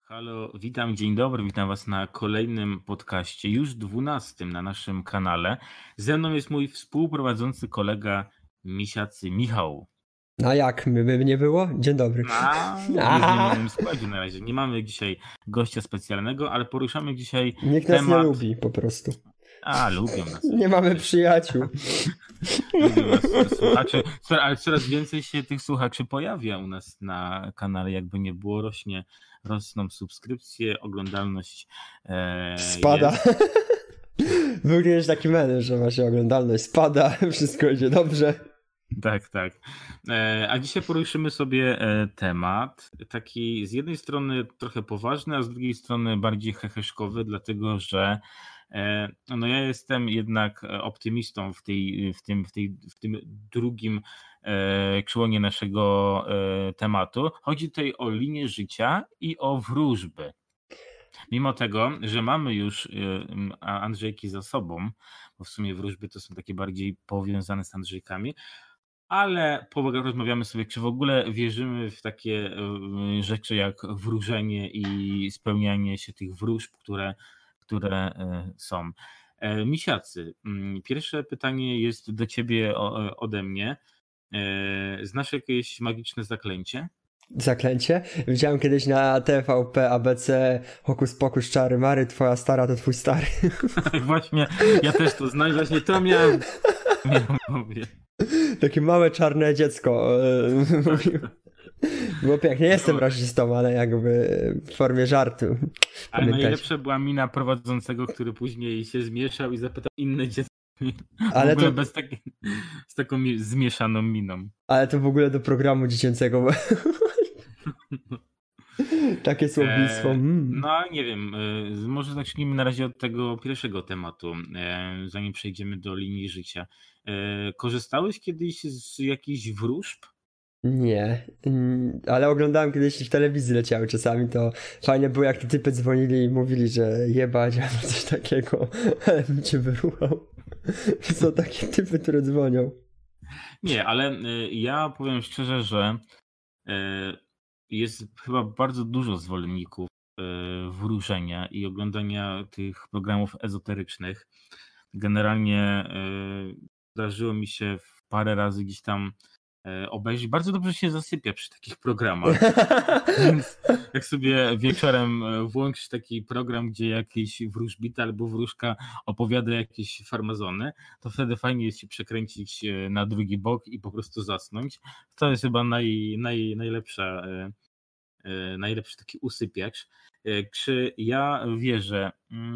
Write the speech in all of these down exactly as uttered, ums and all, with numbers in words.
Halo, witam, dzień dobry, witam Was na kolejnym podcaście, już dwunastym na naszym kanale. Ze mną jest mój współprowadzący kolega Misiacy Michał. A jak, my by nie było? Dzień dobry. A, jest w niemalnym składzie na razie. Nie mamy dzisiaj gościa specjalnego, ale poruszamy dzisiaj Nikt temat... nas nie lubi po prostu. A, lubią nas. Nie mamy przyjaciół. Lubią nas słuchacze, ale coraz więcej się tych słuchaczy pojawia u nas na kanale, jakby nie było, rośnie, rosną subskrypcje, oglądalność e, Spada. Jest. Był kiedyś taki memy, że właśnie oglądalność spada, wszystko idzie dobrze. Tak, tak. E, a dzisiaj poruszymy sobie e, temat taki z jednej strony trochę poważny, a z drugiej strony bardziej heheszkowy, dlatego że e, no ja jestem jednak optymistą w, tej, w, tym, w, tej, w tym drugim e, członie naszego e, tematu. Chodzi tutaj o linię życia i o wróżby. Mimo tego, że mamy już Andrzejki za sobą, bo w sumie wróżby to są takie bardziej powiązane z Andrzejkami, ale porozmawiamy sobie, czy w ogóle wierzymy w takie rzeczy jak wróżenie i spełnianie się tych wróżb, które, które są. Misiacy, pierwsze pytanie jest do ciebie ode mnie. Znasz jakieś magiczne zaklęcie? Zaklęcie? Widziałem kiedyś na T V P A B C Hokus Pokus Czary Mary, twoja stara to twój stary. Właśnie, ja też to znam, właśnie to miałem mówię. Takie małe czarne dziecko. Było pięknie, nie jestem rasistą, ale jakby w formie żartu. Ale najlepsza była mina prowadzącego, który później się zmieszał i zapytał inne dziecko. Ale to bez taki, z taką zmieszaną miną. Ale to w ogóle do programu dziecięcego. Takie słownictwo. Mm. No nie wiem, może zacznijmy na razie od tego pierwszego tematu, zanim przejdziemy do linii życia. Korzystałeś kiedyś z jakichś wróżb? Nie, ale oglądałem kiedyś w telewizji leciały czasami, to fajnie było, jak te typy dzwonili i mówili, że jebać albo coś takiego, ale bym cię wyruchał. Są takie typy, które dzwonią. Nie, ale ja powiem szczerze, że jest chyba bardzo dużo zwolenników wróżenia i oglądania tych programów ezoterycznych. Generalnie zdarzyło mi się parę razy gdzieś tam obejrzeć. Bardzo dobrze się zasypia przy takich programach. Więc jak sobie wieczorem włączysz taki program, gdzie jakiś wróżbita albo wróżka opowiada jakieś farmazony, to wtedy fajnie jest się przekręcić na drugi bok i po prostu zasnąć. To jest chyba naj, naj, najlepsza, najlepszy taki usypiacz. Czy ja wierzę?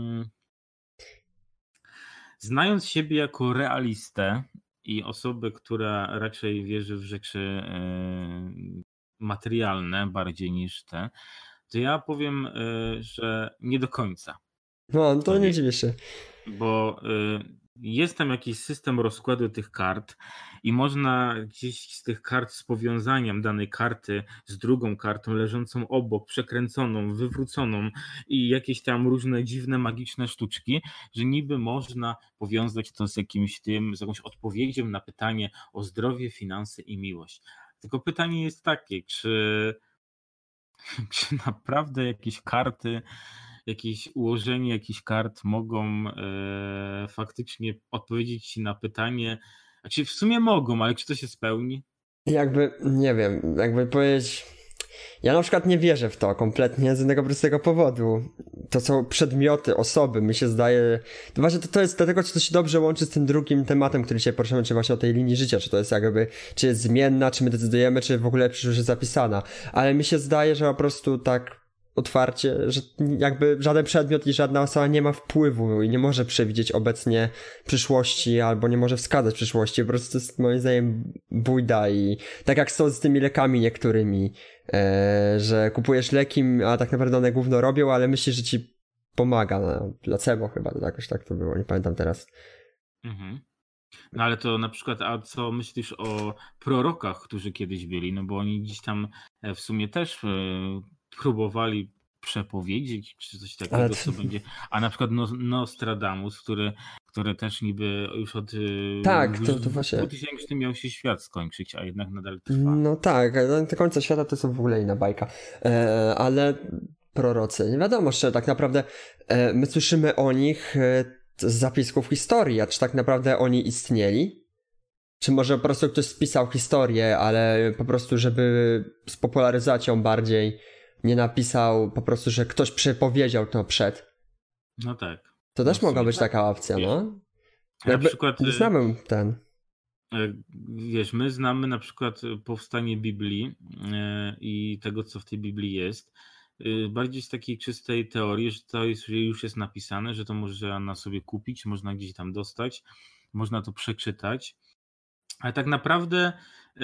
Znając siebie jako realistę i osobę, która raczej wierzy w rzeczy materialne bardziej niż te, to ja powiem, że nie do końca. No, to nie dziwię się. Bo jest tam jakiś system rozkładu tych kart i można gdzieś z tych kart z powiązaniem danej karty z drugą kartą leżącą obok, przekręconą, wywróconą i jakieś tam różne dziwne, magiczne sztuczki, że niby można powiązać to z jakimś tym, z jakąś odpowiedzią na pytanie o zdrowie, finanse i miłość. Tylko pytanie jest takie, czy, czy naprawdę jakieś karty, jakieś ułożenie jakichś kart mogą e, faktycznie odpowiedzieć ci na pytanie, znaczy w sumie mogą, ale czy to się spełni? Jakby, nie wiem, jakby powiedzieć, ja na przykład nie wierzę w to kompletnie z jednego prostego powodu. To są przedmioty, osoby, mi się zdaje, to właśnie to, to jest dlatego, czy to się dobrze łączy z tym drugim tematem, który dzisiaj poruszymy, czy właśnie o tej linii życia, czy to jest jakby, czy jest zmienna, czy my decydujemy, czy w ogóle przyszłość jest zapisana, ale mi się zdaje, że po prostu tak otwarcie, że jakby żaden przedmiot i żadna osoba nie ma wpływu i nie może przewidzieć obecnie przyszłości albo nie może wskazać przyszłości. Po prostu to jest moim zdaniem bujda i tak jak są z tymi lekami niektórymi, e, że kupujesz leki, a tak naprawdę one gówno robią, ale myślisz, że ci pomaga. No, placebo chyba, to jakoś tak to było, nie pamiętam teraz. Mhm. No ale to na przykład, a co myślisz o prorokach, którzy kiedyś byli, no bo oni gdzieś tam w sumie też próbowali przepowiedzieć, czy coś takiego, ale... co będzie. A na przykład Nostradamus, który, który też niby już od tak, to, to właśnie... dwutysięcznym miał się świat skończyć, a jednak nadal trwa. No tak, do końca świata to są w ogóle inna bajka. E, ale prorocy. Nie wiadomo, czy tak naprawdę e, my słyszymy o nich e, z zapisków historii, a czy tak naprawdę oni istnieli? Czy może po prostu ktoś spisał historię, ale po prostu, żeby spopularyzować ją bardziej, nie napisał po prostu, że ktoś przepowiedział to przed. No tak. To też no mogła być tak. taka opcja, wiesz, no. Na Jakby przykład nie znamy ten. Wiesz, my znamy na przykład powstanie Biblii i tego, co w tej Biblii jest, bardziej z takiej czystej teorii, że to jest, że już jest napisane, że to można sobie kupić, można gdzieś tam dostać, można to przeczytać, ale tak naprawdę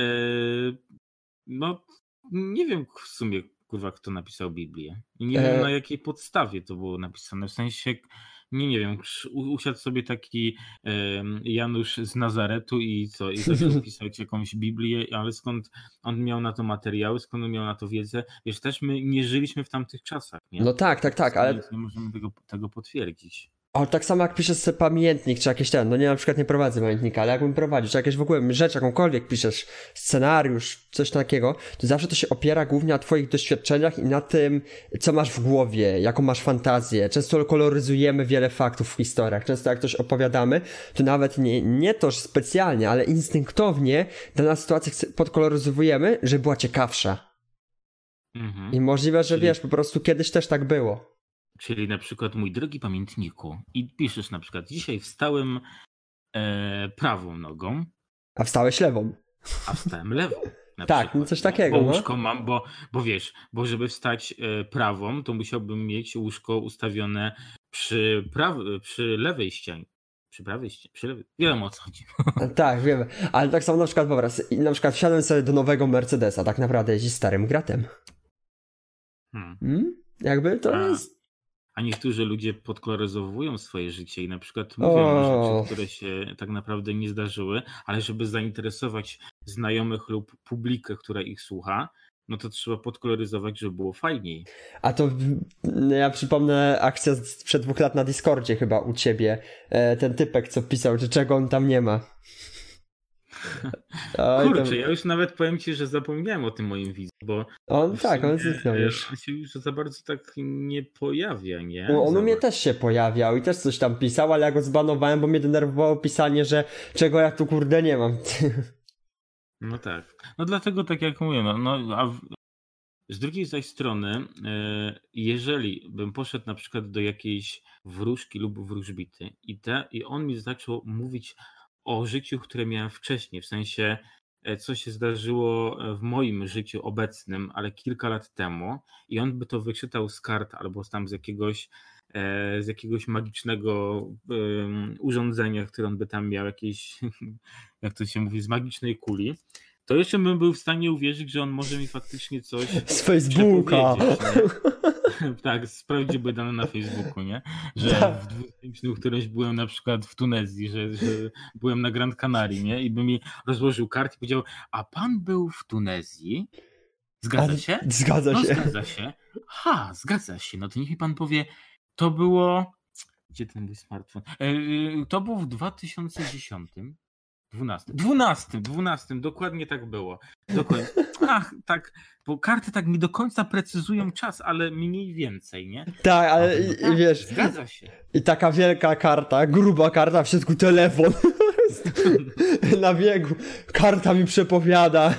no nie wiem w sumie, kurwa, kto napisał Biblię i nie wiem, na jakiej podstawie to było napisane, w sensie nie, nie wiem, usiadł sobie taki Janusz z Nazaretu i co, i zaczął pisać jakąś Biblię, ale skąd on miał na to materiały, skąd on miał na to wiedzę? Wiesz, też my nie żyliśmy w tamtych czasach, nie? No tak, tak, tak, ale... Nie możemy tego, tego potwierdzić. O, tak samo jak piszesz sobie pamiętnik, czy jakieś ten, no nie, na przykład nie prowadzę pamiętnika, ale jakbym prowadził, czy jakieś w ogóle rzecz, jakąkolwiek piszesz, scenariusz, coś takiego, to zawsze to się opiera głównie na twoich doświadczeniach i na tym, co masz w głowie, jaką masz fantazję. Często koloryzujemy wiele faktów w historiach, często jak coś opowiadamy, to nawet nie, nie to specjalnie, ale instynktownie dana sytuacja podkoloryzujemy, żeby była ciekawsza. Mhm. I możliwe, że Czyli... wiesz, po prostu kiedyś też tak było. Czyli na przykład, mój drogi pamiętniku, i piszesz na przykład, dzisiaj wstałem e, prawą nogą. A wstałeś lewą. A wstałem lewą. Tak, przykład, no coś takiego. Bo łóżko no? mam, bo, bo wiesz, bo żeby wstać e, prawą, to musiałbym mieć łóżko ustawione przy, praw- przy lewej ścianie. Przy prawej ścianie, przy lewej. Wiadomo, o co chodzi. Tak, wiemy. Ale tak samo na przykład, wyobraź, na przykład wsiadłem sobie do nowego Mercedesa, tak naprawdę jeździ starym gratem. Hmm. Hmm? Jakby to A. jest... A niektórzy ludzie podkoloryzowują swoje życie i na przykład mówią o rzeczy, które się tak naprawdę nie zdarzyły, ale żeby zainteresować znajomych lub publikę, która ich słucha, no to trzeba podkoloryzować, żeby było fajniej. A to ja przypomnę akcja sprzed dwóch lat na Discordzie chyba u ciebie. Ten typek, co pisał, że czego on tam nie ma. Oj, Kurczę, tam... ja już nawet powiem ci, że zapomniałem o tym moim widzu, bo on tak, on zniknął już. On się już za bardzo tak nie pojawia, nie? No, on u mnie też się pojawiał i też coś tam pisał, ale ja go zbanowałem, bo mnie denerwowało pisanie, że czego ja tu kurde nie mam. No tak. No dlatego tak jak mówię, no, no a w... z drugiej zaś strony, jeżeli bym poszedł na przykład do jakiejś wróżki lub wróżbity i, te, i on mi zaczął mówić o życiu, które miałem wcześniej, w sensie co się zdarzyło w moim życiu obecnym, ale kilka lat temu i on by to wyczytał z kart albo tam z jakiegoś, z jakiegoś magicznego urządzenia, które on by tam miał, jakieś, jak to się mówi, z magicznej kuli, to jeszcze bym był w stanie uwierzyć, że on może mi faktycznie coś z Facebooka. Tak, sprawdziłby dane na Facebooku, nie? Że w dwutysięcznym którymś byłem na przykład w Tunezji, że, że byłem na Gran Canaria, nie? I by mi rozłożył kartę i powiedział, a pan był w Tunezji? Zgadza się? Zgadza no, się. Zgadza się. Ha, zgadza się. No to niech mi pan powie, to było... Gdzie ten mój smartfon? To był w dwa tysiące dziesiątym. Dwunastym. Dwunastym, dwunastym, dokładnie tak było. Dokładnie. Ach, tak, bo karty tak mi do końca precyzują czas, ale mniej więcej, nie? Tak, ale i, tak, wiesz. Zgadza się. I taka wielka karta, gruba karta, w środku telefon. Na biegu. Karta mi przepowiada.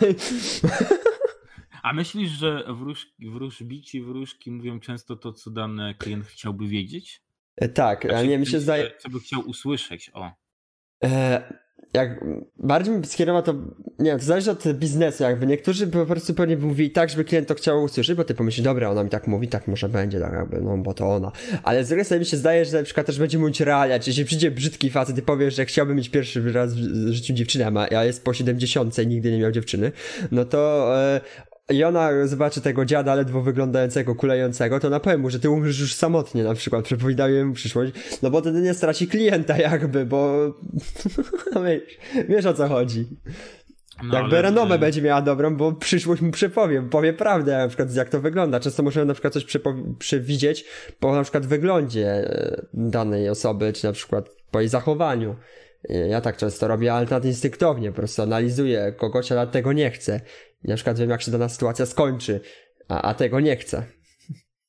A myślisz, że wróżki, wróżbici, wróżki mówią często to, co dany klient chciałby wiedzieć? Tak, znaczy, ale nie, mi się zdaje... Co by chciał usłyszeć, o. E... Jak bardziej bym skierował to, nie wiem, to zależy od biznesu, jakby niektórzy po prostu pewnie by mówili tak, żeby klient to chciał usłyszeć, bo ty pomyślisz, dobra, ona mi tak mówi, tak może będzie, tak jakby, no bo to ona. Ale z drugiej strony mi się zdaje, że na przykład też będzie mówić realia, czyli jeśli przyjdzie brzydki facet i powie, że chciałby mieć pierwszy raz w życiu dziewczynę, a jest po siedemdziesiątce i nigdy nie miał dziewczyny, no to... E, i ona zobaczy tego dziada ledwo wyglądającego, kulejącego, to na pewno mu, że ty umrzesz już samotnie na przykład, przepowiadają mu przyszłość, no bo wtedy nie straci klienta jakby, bo wiesz, wiesz o co chodzi. No, jakby ale... renomę będzie miała dobrą, bo przyszłość mu przepowie, powie prawdę na przykład jak to wygląda. Często możemy na przykład coś przepowi- przewidzieć po na przykład wyglądzie danej osoby, czy na przykład po jej zachowaniu. Ja tak często robię, ale tak instynktownie, po prostu analizuję kogoś, ale tego nie chcę. I na przykład wiem, jak się dana sytuacja skończy, a, a tego nie chcę.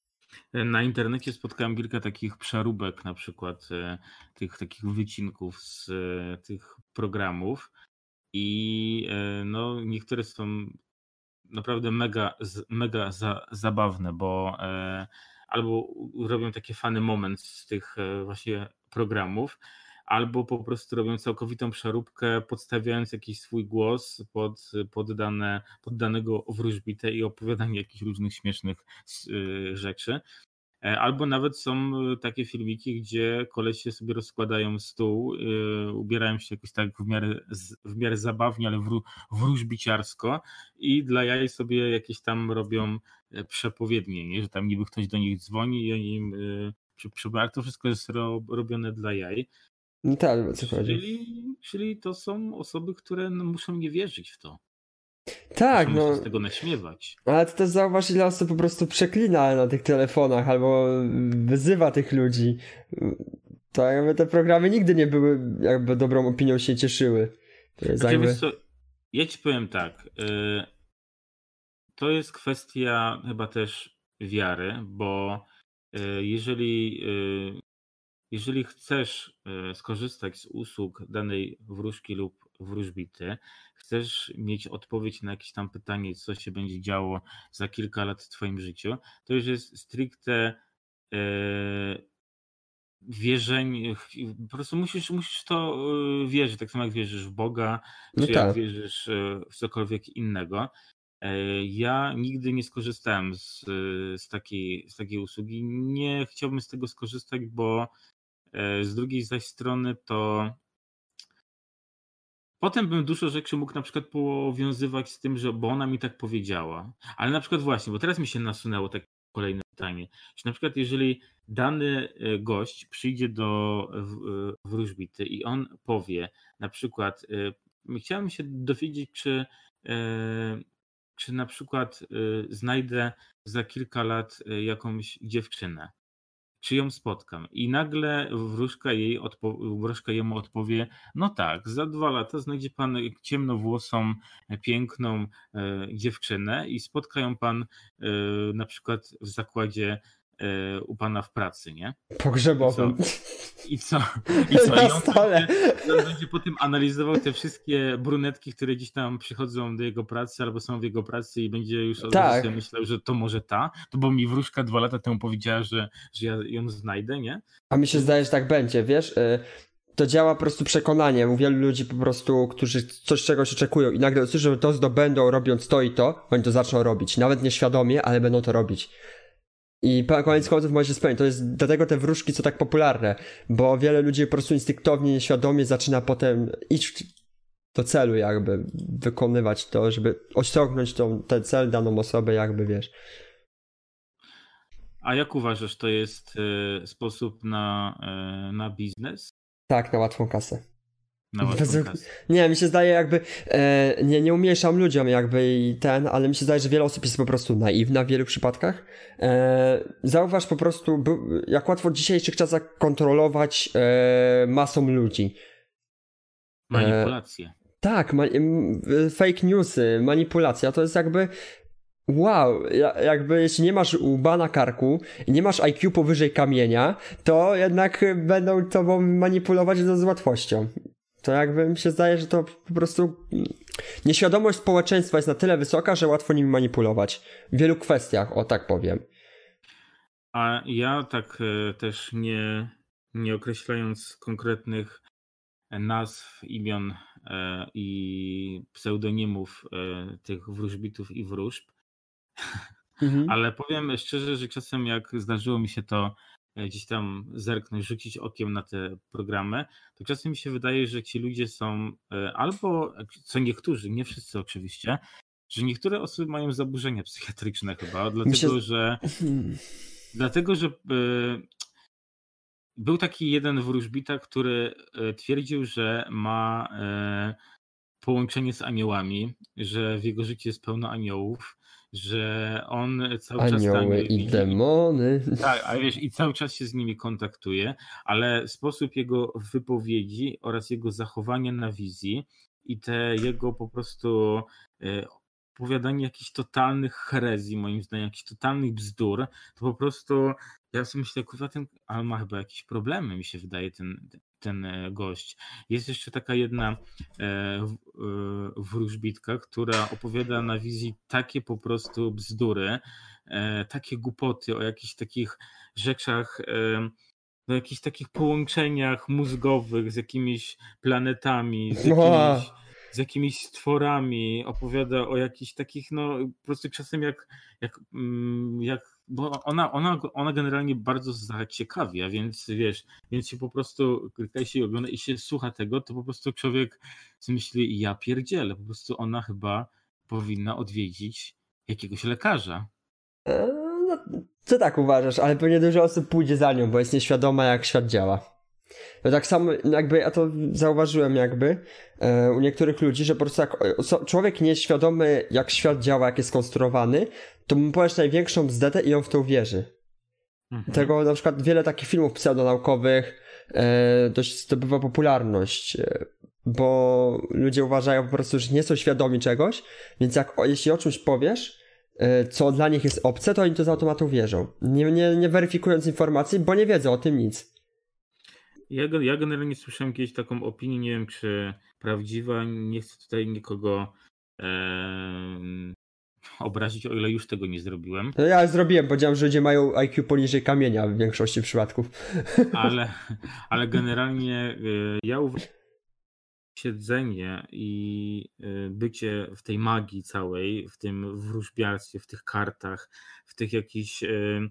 Na internecie spotkałem kilka takich przeróbek, na przykład tych takich wycinków z tych programów i no niektóre są naprawdę mega, mega za, zabawne, bo e, albo robią takie funny moment z tych e, właśnie programów, albo po prostu robią całkowitą przeróbkę, podstawiając jakiś swój głos pod, pod, dane, pod danego wróżbitę i opowiadanie jakichś różnych śmiesznych e, rzeczy. Albo nawet są takie filmiki, gdzie kolesie sobie rozkładają stół, yy, ubierają się jakoś tak w miarę, w miarę zabawnie, ale wró- wróżbiciarsko i dla jaj sobie jakieś tam robią przepowiednie, nie? Że tam niby ktoś do nich dzwoni i oni im yy, przy, przy, ale to wszystko jest ro, robione dla jaj. No tak, o co chodzi. Czyli, czyli to są osoby, które no, muszą nie wierzyć w to. Tak, muszą no. się z tego naśmiewać. Ale to też zauważ, ile osób po prostu przeklina na tych telefonach albo wyzywa tych ludzi. To jakby te programy nigdy nie były, jakby dobrą opinią się cieszyły. To jest Znaczy, jakby... wiesz co, ja ci powiem tak. Yy, to jest kwestia chyba też wiary, bo yy, jeżeli, yy, jeżeli chcesz yy, skorzystać z usług danej wróżki lub wróżbity, chcesz mieć odpowiedź na jakieś tam pytanie, co się będzie działo za kilka lat w twoim życiu, to już jest stricte yy, wierzeń, po prostu musisz, musisz to wierzyć, tak samo jak wierzysz w Boga, No czy jak tak. wierzysz w cokolwiek innego. Ja nigdy nie skorzystałem z, z, takiej, z takiej usługi. Nie chciałbym z tego skorzystać, bo z drugiej zaś strony to potem bym dużo rzeczy mógł na przykład powiązywać z tym, że bo ona mi tak powiedziała. Ale na przykład właśnie, bo teraz mi się nasunęło takie kolejne pytanie. Czy na przykład jeżeli dany gość przyjdzie do wróżbity i on powie na przykład, chciałem się dowiedzieć, czy, czy na przykład znajdę za kilka lat jakąś dziewczynę, czy ją spotkam i nagle wróżka, jej odpo- wróżka jemu odpowie, no tak, za dwa lata znajdzie pan ciemnowłosą, piękną e, dziewczynę i spotka ją pan e, na przykład w zakładzie e, u pana w pracy, nie? Pogrzebowym. I co? I co? Na I on, stole. będzie, on będzie potem analizował te wszystkie brunetki, które gdzieś tam przychodzą do jego pracy albo są w jego pracy i będzie już od razu Tak. sobie myślał, że to może ta, to bo mi wróżka dwa lata temu powiedziała, że, że ja ją znajdę, nie? A mi się zdaje, że tak będzie, wiesz? To działa po prostu przekonanie. U wielu ludzi po prostu, którzy coś czegoś oczekują i nagle usłyszą, że to zdobędą robiąc to i to, oni to zaczną robić. Nawet nieświadomie, ale będą to robić. I koniec końców może się spełnić. To jest dlatego te wróżki są tak popularne, bo wiele ludzi po prostu instynktownie, nieświadomie zaczyna potem iść do celu jakby, wykonywać to, żeby osiągnąć tą, ten cel, daną osobę jakby, wiesz. A jak uważasz, to jest y, sposób na, y, na biznes? Tak, na łatwą kasę. Na łatwą Bez... kasę. Nie, mi się zdaje jakby, e, nie, nie umniejszam ludziom jakby i ten, ale mi się zdaje, że wiele osób jest po prostu naiwna w wielu przypadkach. E, zauważ po prostu, by, jak łatwo w dzisiejszych czasach kontrolować e, masą ludzi. Manipulacje. E, tak, ma, fake newsy, manipulacja, to jest jakby wow, jakby jeśli nie masz łba na karku i nie masz I Q powyżej kamienia, to jednak będą tobą manipulować z łatwością. To jakby mi się zdaje, że to po prostu nieświadomość społeczeństwa jest na tyle wysoka, że łatwo nimi manipulować. W wielu kwestiach, o tak powiem. A ja tak też nie, nie określając konkretnych nazw, imion i pseudonimów tych wróżbitów i wróżb, mhm. ale powiem szczerze, że czasem jak zdarzyło mi się to gdzieś tam zerknąć, rzucić okiem na te programy, to czasem mi się wydaje, że ci ludzie są albo, co niektórzy, nie wszyscy oczywiście, że niektóre osoby mają zaburzenia psychiatryczne chyba, dlatego się... że dlatego, że był taki jeden wróżbita, który twierdził, że ma połączenie z aniołami, że w jego życiu jest pełno aniołów, że on cały Anioły czas Anioły i widzi. Demony. Tak, ale wiesz, i cały czas się z nimi kontaktuje, ale sposób jego wypowiedzi oraz jego zachowanie na wizji i te jego po prostu opowiadanie jakichś totalnych herezji, moim zdaniem, jakichś totalnych bzdur, to po prostu ja sobie myślę, kurwa, ten, ale ma chyba jakieś problemy, mi się wydaje, ten, ten gość. Jest jeszcze taka jedna e, wróżbitka, która opowiada na wizji takie po prostu bzdury, e, takie głupoty o jakichś takich rzeczach, e, o jakichś takich połączeniach mózgowych z jakimiś planetami, z jakimiś, z jakimiś stworami, opowiada o jakichś takich, no po prostu czasem jak, jak, jak bo ona, ona, ona generalnie bardzo zaciekawia, więc wiesz, więc się po prostu klika się i ogląda i się słucha tego, to po prostu człowiek myśli, ja pierdzielę, po prostu ona chyba powinna odwiedzić jakiegoś lekarza. No, ty tak uważasz, ale pewnie dużo osób pójdzie za nią, bo jest nieświadoma, jak świat działa. No tak samo jakby ja to zauważyłem jakby e, u niektórych ludzi, że po prostu jak człowiek nie jest świadomy, jak świat działa, jak jest skonstruowany, to mu powiesz największą bzdetę i on w to uwierzy. Mhm. Tego na przykład wiele takich filmów pseudonaukowych e, dość zdobywa popularność, e, bo ludzie uważają po prostu, że nie są świadomi czegoś, więc jak jeśli o czymś powiesz, co dla nich jest obce, to oni to z automatu wierzą. Nie, nie, nie weryfikując informacji, bo nie wiedzą o tym nic. Ja, ja generalnie słyszałem kiedyś taką opinię, nie wiem czy prawdziwa, nie chcę tutaj nikogo e, obrazić, o ile już tego nie zrobiłem. No ja zrobiłem, powiedziałem, że ludzie mają I Q poniżej kamienia w większości przypadków. Ale, ale generalnie e, ja uważam, siedzenie i bycie w tej magii całej, w tym wróżbiarstwie, w tych kartach, w tych jakichś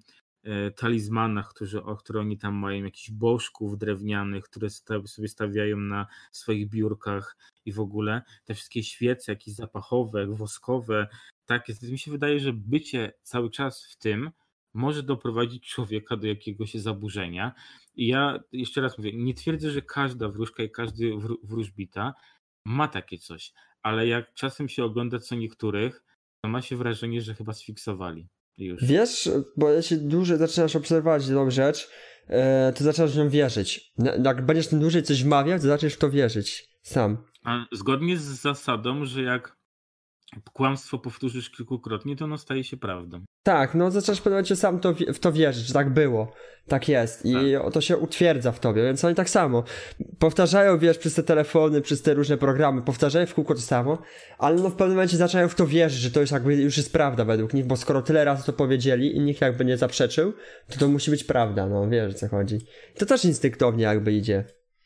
talizmanach, które, które oni tam mają, jakichś bożków drewnianych, które sobie stawiają na swoich biurkach i w ogóle te wszystkie świece, jakieś zapachowe, woskowe, tak, mi się wydaje, że bycie cały czas w tym może doprowadzić człowieka do jakiegoś zaburzenia. I ja jeszcze raz mówię, nie twierdzę, że każda wróżka i każdy wróżbita ma takie coś, ale jak czasem się ogląda co niektórych, to ma się wrażenie, że chyba sfiksowali już. Wiesz, bo jeśli dłużej zaczynasz obserwować jedną rzecz, to zaczynasz w nią wierzyć. Jak będziesz tym dłużej coś wmawiać, to zaczniesz w to wierzyć sam. A zgodnie z zasadą, że jak kłamstwo powtórzysz kilkukrotnie, to ono staje się prawdą. Tak, no zaczynasz w pewnym momencie sam to, w to wierzyć, że tak było, tak jest i tak. To się utwierdza w tobie, więc oni tak samo powtarzają, wiesz, przez te telefony, przez te różne programy, powtarzają w kółko to samo, ale no w pewnym momencie zaczynają w to wierzyć, że to już jakby już jest prawda według nich, bo skoro tyle razy to powiedzieli i nikt jakby nie zaprzeczył, to to musi być prawda, no wiesz o co chodzi. To też instynktownie jakby idzie.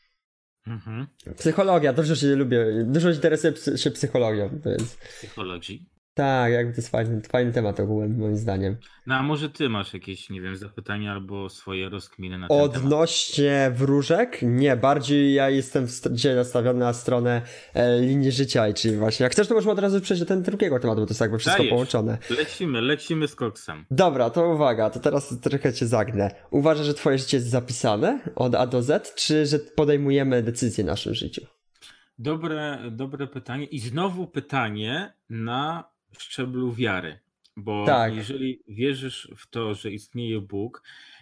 Mhm. Psychologia, dobrze się lubię, dużo interesuje się psychologią, więc... Psychologii? Tak, jakby to jest fajny, fajny temat ogółem, moim zdaniem. No a może ty masz jakieś, nie wiem, zapytania albo swoje rozkminy na ten temat? Odnośnie wróżek? Nie, bardziej ja jestem dzisiaj nastawiony na stronę e, linii życia, i czyli właśnie, jak chcesz, to możemy od razu przejść do ten drugiego tematu, bo to jest jakby wszystko Dajesz. Połączone. Lecimy, lecimy z koksem. Dobra, to uwaga, to teraz trochę cię zagnę. Uważasz, że twoje życie jest zapisane od A do Z, czy że podejmujemy decyzje w naszym życiu? Dobre, dobre pytanie i znowu pytanie na szczeblu wiary, bo tak. Jeżeli wierzysz w to, że istnieje Bóg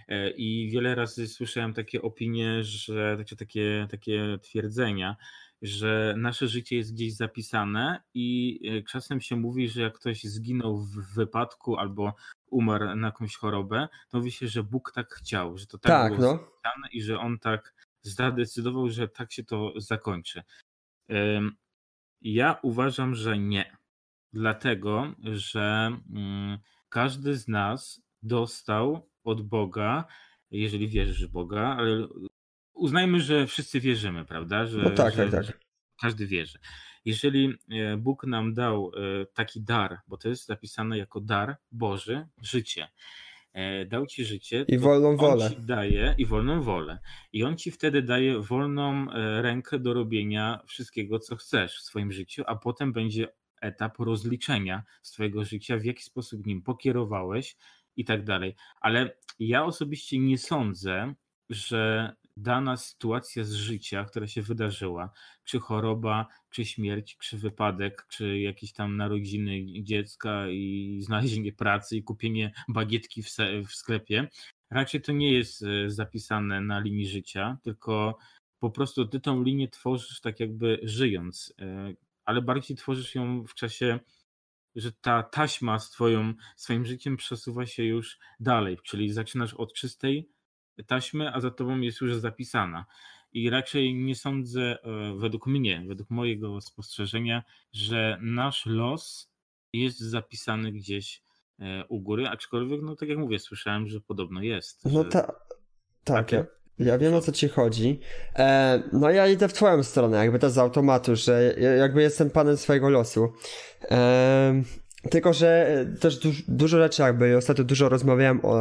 i wiele razy słyszałem takie opinie, że takie, takie twierdzenia, że nasze życie jest gdzieś zapisane i czasem się mówi, że jak ktoś zginął w wypadku albo umarł na jakąś chorobę, to mówi się, że Bóg tak chciał, że to tak, tak było no. zapisane i że on tak zadecydował, że tak się to zakończy. Ja uważam, że nie. Dlatego, że każdy z nas dostał od Boga, jeżeli wierzysz w Boga, ale uznajmy, że wszyscy wierzymy, prawda? Że, no tak, że, tak, tak. Każdy wierzy. Jeżeli Bóg nam dał taki dar, bo to jest zapisane jako dar Boży, życie, dał ci życie i wolną wolę. On ci daje i wolną wolę. I on ci wtedy daje wolną rękę do robienia wszystkiego, co chcesz w swoim życiu, a potem będzie etap rozliczenia z twojego życia, w jaki sposób nim pokierowałeś i tak dalej. Ale ja osobiście nie sądzę, że dana sytuacja z życia, która się wydarzyła, czy choroba, czy śmierć, czy wypadek, czy jakieś tam narodziny dziecka i znalezienie pracy i kupienie bagietki w, se- w sklepie, raczej to nie jest zapisane na linii życia, tylko po prostu ty tą linię tworzysz tak jakby żyjąc, ale bardziej tworzysz ją w czasie że ta taśma z twoją, swoim życiem przesuwa się już dalej, czyli zaczynasz od czystej taśmy, a za tobą jest już zapisana. I raczej nie sądzę, według mnie, według mojego spostrzeżenia, że nasz los jest zapisany gdzieś u góry, aczkolwiek, no tak jak mówię, słyszałem, że podobno jest. No że... ta, tak, ja, ja wiem, o co ci chodzi. E, no ja idę w twoją stronę, jakby to z automatu, że jakby jestem panem swojego losu. E, tylko, że też du dużo rzeczy jakby, ostatnio dużo rozmawiałem o,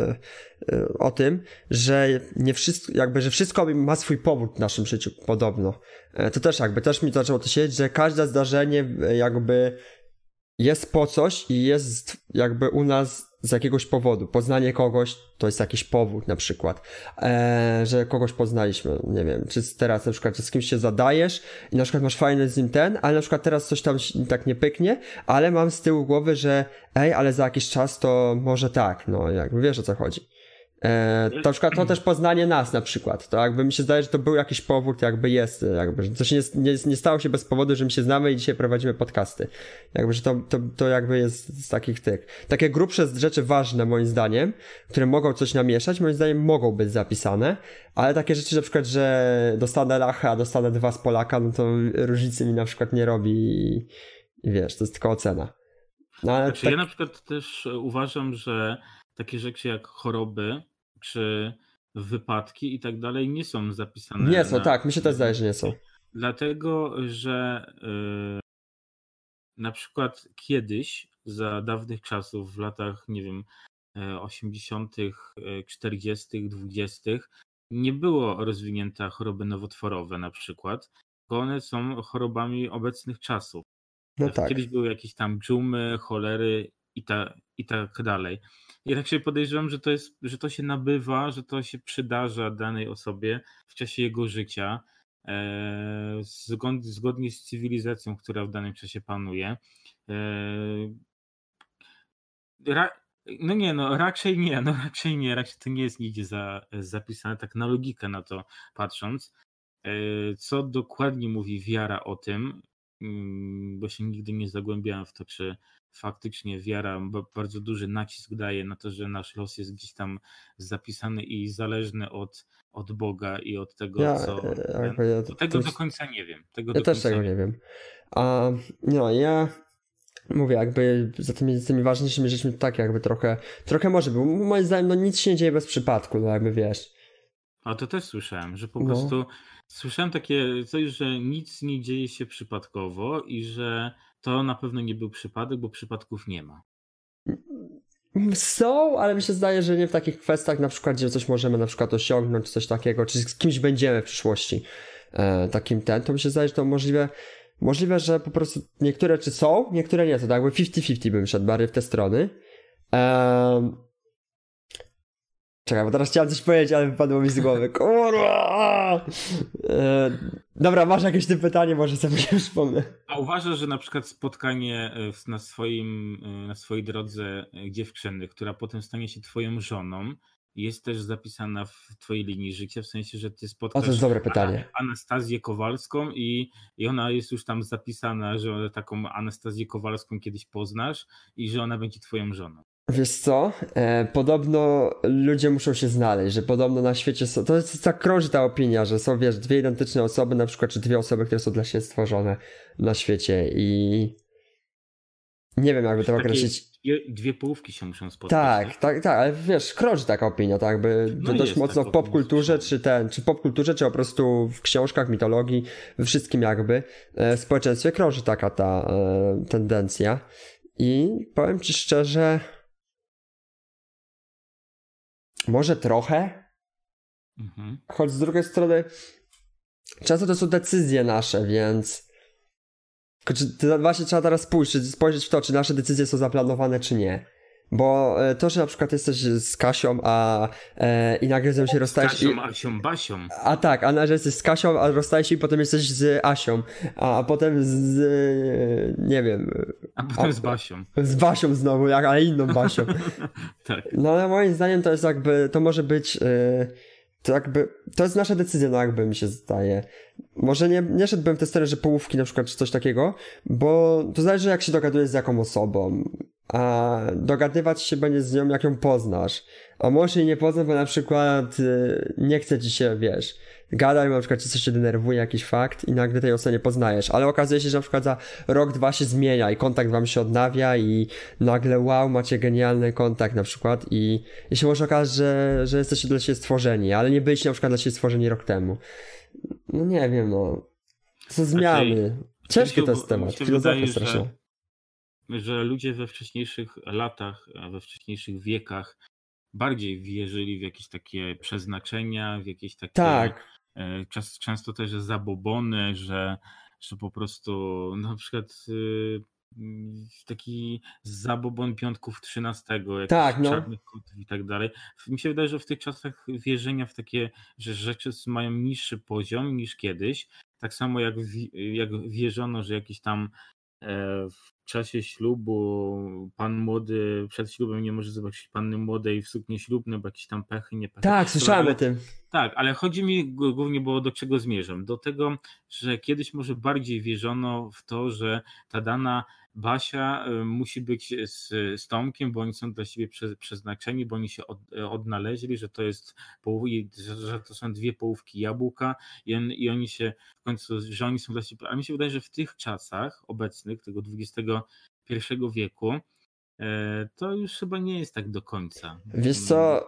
o tym, że nie wszystko, jakby, że wszystko ma swój powód w naszym życiu, podobno. E, to też jakby, też mi zaczęło to siedzieć, że każde zdarzenie jakby jest po coś i jest jakby u nas z jakiegoś powodu. Poznanie kogoś to jest jakiś powód na przykład, eee, że kogoś poznaliśmy, nie wiem, czy teraz na przykład czy z kimś się zadajesz i na przykład masz fajny z nim ten, ale na przykład teraz coś tam tak nie pyknie, ale mam z tyłu głowy, że ej, ale za jakiś czas to może tak, no jakby wiesz o co chodzi. Eee, to na przykład to też poznanie nas na przykład, to jakby mi się zdaje, że to był jakiś powód, jakby jest, jakby, że coś nie, nie, nie stało się bez powodu, że my się znamy i dzisiaj prowadzimy podcasty. Jakby, że to, to, to jakby jest z takich tych, takie grubsze rzeczy ważne moim zdaniem, które mogą coś namieszać, moim zdaniem mogą być zapisane, ale takie rzeczy na przykład, że dostanę lachę, a dostanę dwa z Polaka, no to różnicy mi na przykład nie robi i, i wiesz, to jest tylko ocena. No, ale znaczy, tak... Ja na przykład też uważam, że takie rzeczy jak choroby, czy wypadki i tak dalej nie są zapisane. Nie są, na... tak, mi się też zdaje, że nie są. Dlatego, że yy, na przykład kiedyś, za dawnych czasów, w latach, nie wiem, osiemdziesiątych, czterdziestych, dwudziestych, nie było rozwinięte choroby nowotworowe na przykład, bo one są chorobami obecnych czasów. No tak. Kiedyś były jakieś tam dżumy, cholery i, ta, i tak dalej. I tak się podejrzewam, że to jest, że to się nabywa, że to się przydarza danej osobie w czasie jego życia, e, zgod, zgodnie z cywilizacją, która w danym czasie panuje. E, ra, no nie, no raczej nie, no raczej nie, raczej to nie jest nigdzie za, zapisane, tak na logikę na to patrząc. E, co dokładnie mówi wiara o tym, bo się nigdy nie zagłębiałem w to, czy faktycznie wiara bardzo duży nacisk daje na to, że nasz los jest gdzieś tam zapisany i zależny od, od Boga i od tego, ja, co... Ja, ja, to, tego to, do końca nie wiem. Tego ja też tego nie wiem. wiem. A no, ja mówię, jakby za tymi, z tymi ważniejszymi rzeczami tak jakby trochę, trochę może było. Moim zdaniem no nic się nie dzieje bez przypadku, no jakby wiesz. A to też słyszałem, że po no. prostu słyszałem takie coś, że nic nie dzieje się przypadkowo i że to na pewno nie był przypadek, bo przypadków nie ma. Są, ale mi się zdaje, że nie w takich kwestiach, na przykład, gdzie coś możemy na przykład osiągnąć, coś takiego, czy z kimś będziemy w przyszłości e, takim ten, to mi się zdaje, że to możliwe, możliwe, że po prostu niektóre czy są, niektóre nie, to tak jakby pięćdziesiąt pięćdziesiąt bym szedł bardziej w te strony. E, Czekaj, bo teraz chciałem coś powiedzieć, ale wypadło mi z głowy. Kurwa! E, dobra, masz jakieś ty pytanie, może sobie się przypomnę. A uważasz, że na przykład spotkanie na, swoim, na swojej drodze dziewczyny, która potem stanie się twoją żoną, jest też zapisana w twojej linii życia, w sensie, że ty spotkasz o, to jest dobre pytanie. Anastazję Kowalską i, i ona jest już tam zapisana, że taką Anastazję Kowalską kiedyś poznasz i że ona będzie twoją żoną. Wiesz co, e, podobno ludzie muszą się znaleźć, że podobno na świecie są, to jest tak krąży ta opinia, że są, wiesz, dwie identyczne osoby, na przykład, czy dwie osoby, które są dla siebie stworzone na świecie i nie wiem, jakby to określić. Dwie, dwie połówki się muszą spotkać. Tak, tak, tak, tak, ale wiesz, krąży taka opinia, tak, jakby no dość mocno w popkulturze, czy ten, czy w popkulturze, czy po prostu w książkach, mitologii, we wszystkim jakby, e, w społeczeństwie krąży taka ta e, tendencja i powiem ci szczerze, może trochę, mhm. choć z drugiej strony często to są decyzje nasze, więc właśnie trzeba teraz spojrzeć, spojrzeć w to, czy nasze decyzje są zaplanowane, czy nie. Bo to, że na przykład jesteś z Kasią, a e, i nagle z nią się rozstajesz... Z Kasią, i... Asią, Basią. A tak, a że jesteś z Kasią, a rozstajesz się i potem jesteś z Asią, a, a potem z... nie wiem... A potem a, z Basią. Z Basią znowu, jak, ale inną Basią. Tak. No ale moim zdaniem to jest jakby, to może być... E, to jakby, to jest nasza decyzja, no jakby mi się zdaje. Może nie, nie szedłbym w tę stronę, że połówki na przykład, czy coś takiego, bo to zależy jak się dogadujesz z jaką osobą, a dogadywać się będzie z nią jak ją poznasz, a może jej nie poznasz, bo na przykład yy, nie chce ci się, wiesz, gadaj, na przykład ci coś się denerwuje, jakiś fakt i nagle tej osoby nie poznajesz, ale okazuje się, że na przykład za rok, dwa się zmienia i kontakt wam się odnawia i nagle wow, macie genialny kontakt na przykład i, i się może okazać, że, że jesteście dla siebie stworzeni, ale nie byliście na przykład dla siebie stworzeni rok temu. No nie wiem, no. To są zmiany. Ciężki to jest temat, filozofia straszna. Że ludzie we wcześniejszych latach, we wcześniejszych wiekach bardziej wierzyli w jakieś takie przeznaczenia, w jakieś takie tak. czas, często też zabobony, że, że po prostu na przykład taki zabobon piątków trzynastego, jakichś tak, no. czarnych kotów i tak dalej. Mi się wydaje, że w tych czasach wierzenia w takie, że rzeczy mają niższy poziom niż kiedyś. Tak samo jak, jak wierzono, że jakiś tam w czasie ślubu pan młody przed ślubem nie może zobaczyć panny młodej w sukni ślubnej, bo jakieś tam pechy, nie pechy. Tak, słyszałem o tym. Tak, ale chodzi mi głównie, bo do czego zmierzam? Do tego, że kiedyś może bardziej wierzono w to, że ta dana Basia musi być z, z Tomkiem, bo oni są dla siebie prze, przeznaczeni, bo oni się od, odnaleźli, że to jest połów, że to są dwie połówki jabłka i, on, i oni się w końcu, że oni są dla siebie. Ale mi się wydaje, że w tych czasach obecnych, tego dwudziestego pierwszego wieku, to już chyba nie jest tak do końca. Wiesz co,